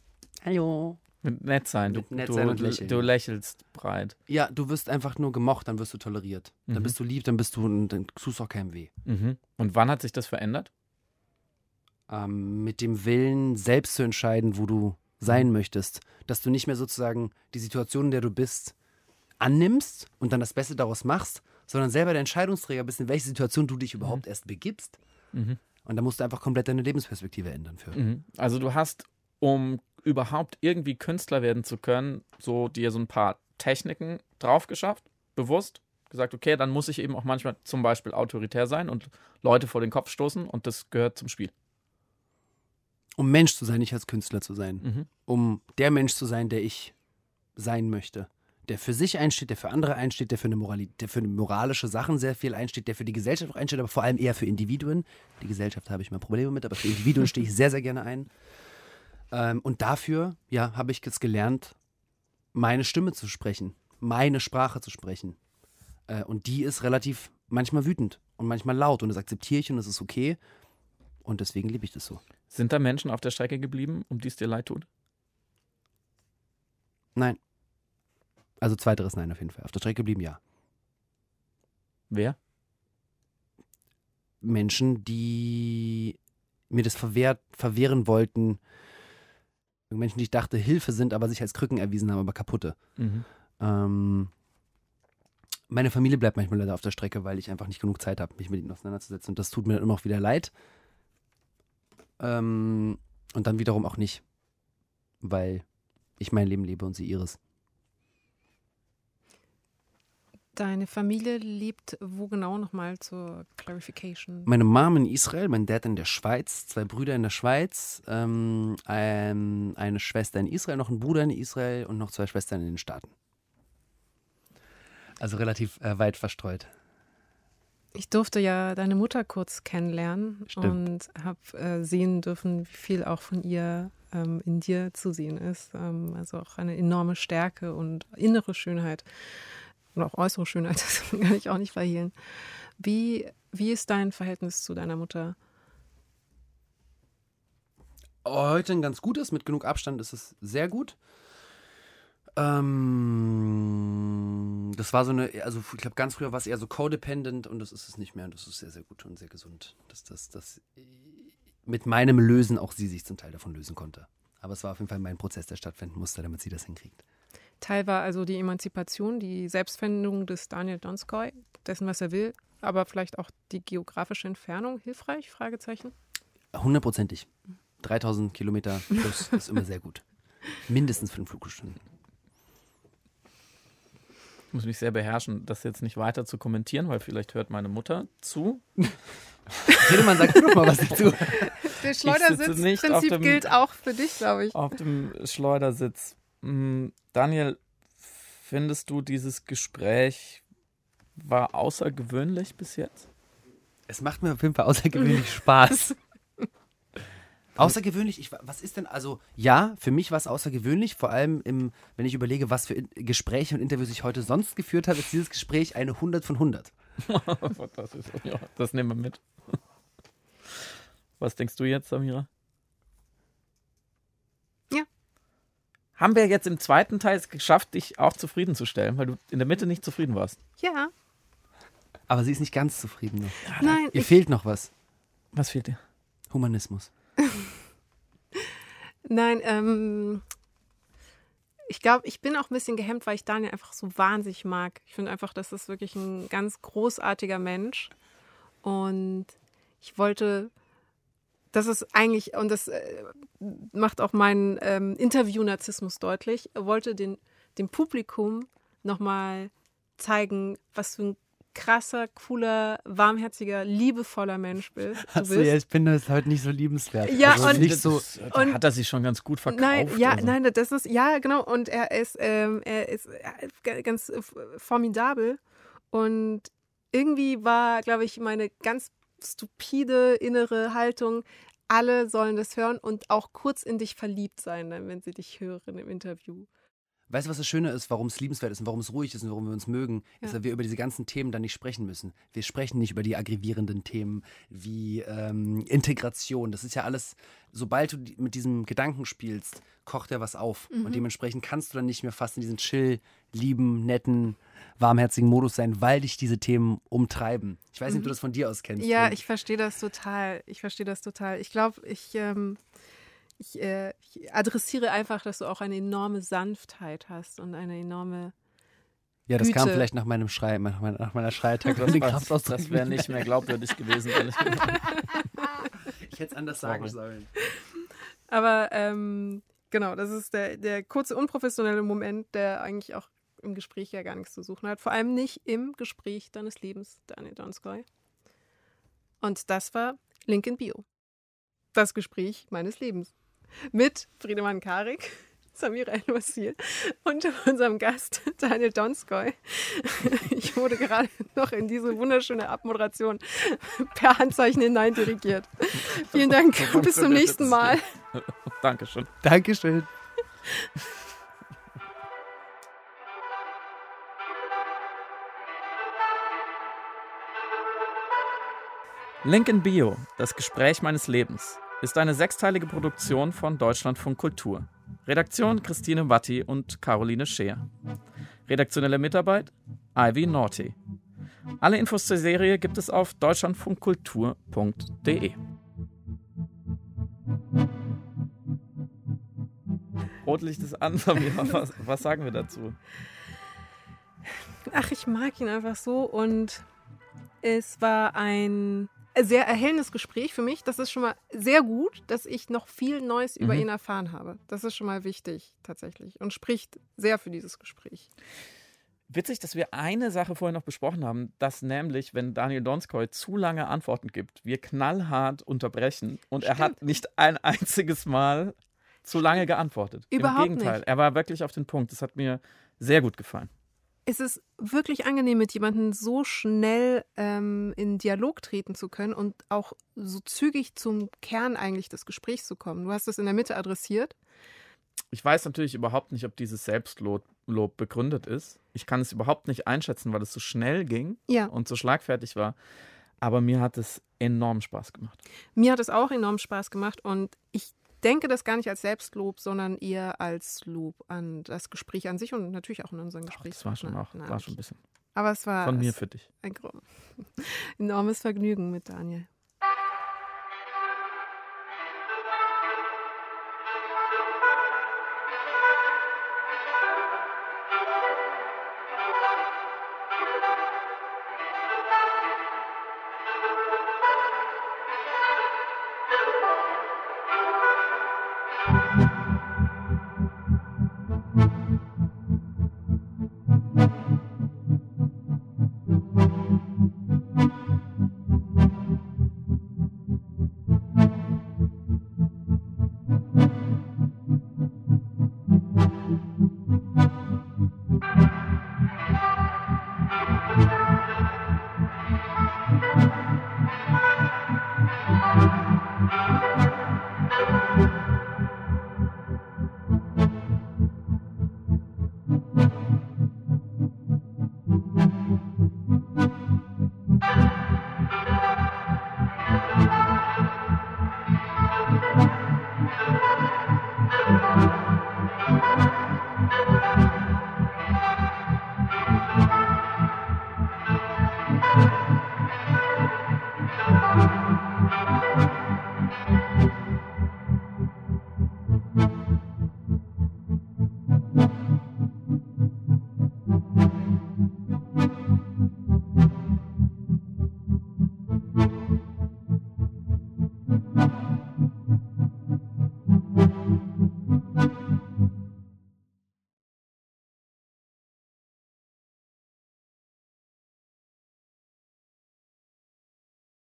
Hallo. Mit nett sein. Mit du, nett du, sein und lächeln. Du lächelst breit. Ja, du wirst einfach nur gemocht, dann wirst du toleriert. Mhm. Dann bist du lieb, dann bist du, dann tust du auch keinem weh. Mhm. Und wann hat sich das verändert? Ähm, mit dem Willen, selbst zu entscheiden, wo du sein möchtest, dass du nicht mehr sozusagen die Situation, in der du bist, annimmst und dann das Beste daraus machst, sondern selber der Entscheidungsträger bist, in welche Situation du dich überhaupt mhm. erst begibst. Mhm. Und da musst du einfach komplett deine Lebensperspektive ändern für. Mhm. Also du hast, um überhaupt irgendwie Künstler werden zu können, so dir so ein paar Techniken drauf geschafft, bewusst gesagt, okay, dann muss ich eben auch manchmal zum Beispiel autoritär sein und Leute vor den Kopf stoßen und das gehört zum Spiel. Um Mensch zu sein, nicht als Künstler zu sein. Mhm. Um der Mensch zu sein, der ich sein möchte. Der für sich einsteht, der für andere einsteht, der für eine Morali- der für moralische Sachen sehr viel einsteht, der für die Gesellschaft auch einsteht, aber vor allem eher für Individuen. Die Gesellschaft habe ich mal Probleme mit, aber für Individuen stehe ich sehr, sehr gerne ein. Ähm, und dafür, ja, habe ich jetzt gelernt, meine Stimme zu sprechen, meine Sprache zu sprechen. Äh, und die ist relativ manchmal wütend und manchmal laut und das akzeptiere ich und das ist okay. Und deswegen liebe ich das so. Sind da Menschen auf der Strecke geblieben, um die es dir leid tut? Nein. Also zweiteres Nein auf jeden Fall. Auf der Strecke geblieben, ja. Wer? Menschen, die mir das verwehrt, verwehren wollten. Menschen, die ich dachte Hilfe sind, aber sich als Krücken erwiesen haben, aber kaputte. Mhm. Ähm, meine Familie bleibt manchmal leider auf der Strecke, weil ich einfach nicht genug Zeit habe, mich mit ihnen auseinanderzusetzen. Und das tut mir dann immer auch wieder leid. Ähm, und dann wiederum auch nicht, weil ich mein Leben lebe und sie ihres. Deine Familie lebt wo genau nochmal zur Clarification? Meine Mom in Israel, mein Dad in der Schweiz, zwei Brüder in der Schweiz, ähm, ein, eine Schwester in Israel, noch ein Bruder in Israel und noch zwei Schwestern in den Staaten. Also relativ äh, weit verstreut. Ich durfte ja deine Mutter kurz kennenlernen. Stimmt. Und habe äh, sehen dürfen, wie viel auch von ihr ähm, in dir zu sehen ist. Ähm, also auch eine enorme Stärke und innere Schönheit und auch äußere Schönheit, das kann ich auch nicht verhehlen. Wie, wie ist dein Verhältnis zu deiner Mutter? Heute ein ganz gutes, mit genug Abstand ist es sehr gut. Ähm, das war so eine, also ich glaube ganz früher war es eher so codependent und das ist es nicht mehr und das ist sehr, sehr gut und sehr gesund. Dass das, das mit meinem Lösen auch sie sich zum Teil davon lösen konnte. Aber es war auf jeden Fall mein Prozess, der stattfinden musste, damit sie das hinkriegt. Teil war also die Emanzipation, die Selbstfindung des Daniel Donskoi, dessen, was er will, aber vielleicht auch die geografische Entfernung hilfreich? Fragezeichen. Hundertprozentig. dreitausend Kilometer plus ist immer sehr gut. Mindestens fünf Flugstunden. Ich muss mich sehr beherrschen, das jetzt nicht weiter zu kommentieren, weil vielleicht hört meine Mutter zu. Friedemann, sag du doch mal was dazu. Der Schleudersitzprinzip gilt auch für dich, glaube ich. Auf dem Schleudersitz. Daniel, findest du, dieses Gespräch war außergewöhnlich bis jetzt? Es macht mir auf jeden Fall außergewöhnlich Spaß. Außergewöhnlich, ich, was ist denn, also ja, für mich war es außergewöhnlich, vor allem im, wenn ich überlege, was für Gespräche und Interviews ich heute sonst geführt habe, ist dieses Gespräch eine hundert von hundert. das, ist, ja, das nehmen wir mit. Was denkst du jetzt, Samira? Ja. Haben wir jetzt im zweiten Teil es geschafft, dich auch zufriedenzustellen, weil du in der Mitte nicht zufrieden warst? Ja. Aber sie ist nicht ganz zufrieden noch. Ja, Nein. Ihr fehlt noch was. Was fehlt dir? Humanismus. Nein, ähm, ich glaube, ich bin auch ein bisschen gehemmt, weil ich Daniel einfach so wahnsinnig mag. Ich finde einfach, das ist wirklich ein ganz großartiger Mensch. Und ich wollte, das ist eigentlich, und das äh, macht auch meinen ähm, Interview-Narzissmus deutlich, wollte den, dem Publikum nochmal zeigen, was für ein krasser, cooler, warmherziger, liebevoller Mensch bist. Du Achso, ja, ich bin das heute nicht so liebenswert. Ja, also und, nicht so, das, da und, hat er sich schon ganz gut verkauft. Nein, ja, also. nein, das ist, ja, genau, und er ist, ähm, er ist äh, ganz äh, formidabel und irgendwie war, glaube ich, meine ganz stupide innere Haltung, alle sollen das hören und auch kurz in dich verliebt sein, dann, wenn sie dich hören im Interview. Weißt du, was das Schöne ist, warum es liebenswert ist und warum es ruhig ist und warum wir uns mögen, Ja. ist, dass wir über diese ganzen Themen dann nicht sprechen müssen. Wir sprechen nicht über die aggravierenden Themen wie ähm, Integration. Das ist ja alles, sobald du die, mit diesem Gedanken spielst, kocht ja was auf. Mhm. Und dementsprechend kannst du dann nicht mehr fast in diesen chill, lieben, netten, warmherzigen Modus sein, weil dich diese Themen umtreiben. Ich weiß nicht, ob du das von dir aus kennst. Ja, Und ich verstehe das total. Ich verstehe das total. Ich glaube, ich... Ähm Ich, äh, ich adressiere einfach, dass du auch eine enorme Sanftheit hast und eine enorme Ja, das Güte. kam vielleicht nach meinem Schrei, nach meiner, nach meiner Schreiattacke. Das, den war- Kraftausdruck das wäre nicht mehr glaubwürdig gewesen, ehrlich gesagt. Ich hätte es anders sagen sollen. Aber ähm, genau, das ist der, der kurze, unprofessionelle Moment, der eigentlich auch im Gespräch ja gar nichts zu suchen hat. Vor allem nicht im Gespräch deines Lebens, Daniel Donskoy. Und das war Link in Bio. Das Gespräch meines Lebens. Mit Friedemann Karik, Samira El-Wassil und unserem Gast Daniel Donskoy. Ich wurde gerade noch in diese wunderschöne Abmoderation per Handzeichen hineindirigiert. Vielen Dank, bis zum nächsten Mal. Dankeschön. Dankeschön. Link in Bio, das Gespräch meines Lebens, ist eine sechsteilige Produktion von Deutschlandfunk Kultur. Redaktion Christine Watti und Caroline Scheer. Redaktionelle Mitarbeit Ivy Norty. Alle Infos zur Serie gibt es auf deutschlandfunkkultur punkt de. Rotlicht ist an, Samira. Was, was sagen wir dazu? Ach, ich mag ihn einfach so und es war ein sehr erhellendes Gespräch für mich. Das ist schon mal sehr gut, dass ich noch viel Neues über Mhm. ihn erfahren habe. Das ist schon mal wichtig tatsächlich und spricht sehr für dieses Gespräch. Witzig, dass wir eine Sache vorher noch besprochen haben, dass nämlich, wenn Daniel Donskoy zu lange Antworten gibt, wir knallhart unterbrechen und er hat nicht ein einziges Mal zu lange geantwortet. Überhaupt Im Gegenteil, nicht. er war wirklich auf den Punkt. Das hat mir sehr gut gefallen. Es ist wirklich angenehm, mit jemandem so schnell ähm, in Dialog treten zu können und auch so zügig zum Kern eigentlich des Gesprächs zu kommen. Du hast es in der Mitte adressiert. Ich weiß natürlich überhaupt nicht, ob dieses Selbstlob Lob begründet ist. Ich kann es überhaupt nicht einschätzen, weil es so schnell ging Ja, und so schlagfertig war. Aber mir hat es enorm Spaß gemacht. mir hat es auch enorm Spaß gemacht und ich denke das gar nicht als Selbstlob, sondern eher als Lob an das Gespräch an sich und natürlich auch in unseren Ach, Gesprächen. das war schon auch, war schon ein bisschen Aber es war von mir es für dich. ein gro- enormes Vergnügen mit Daniel.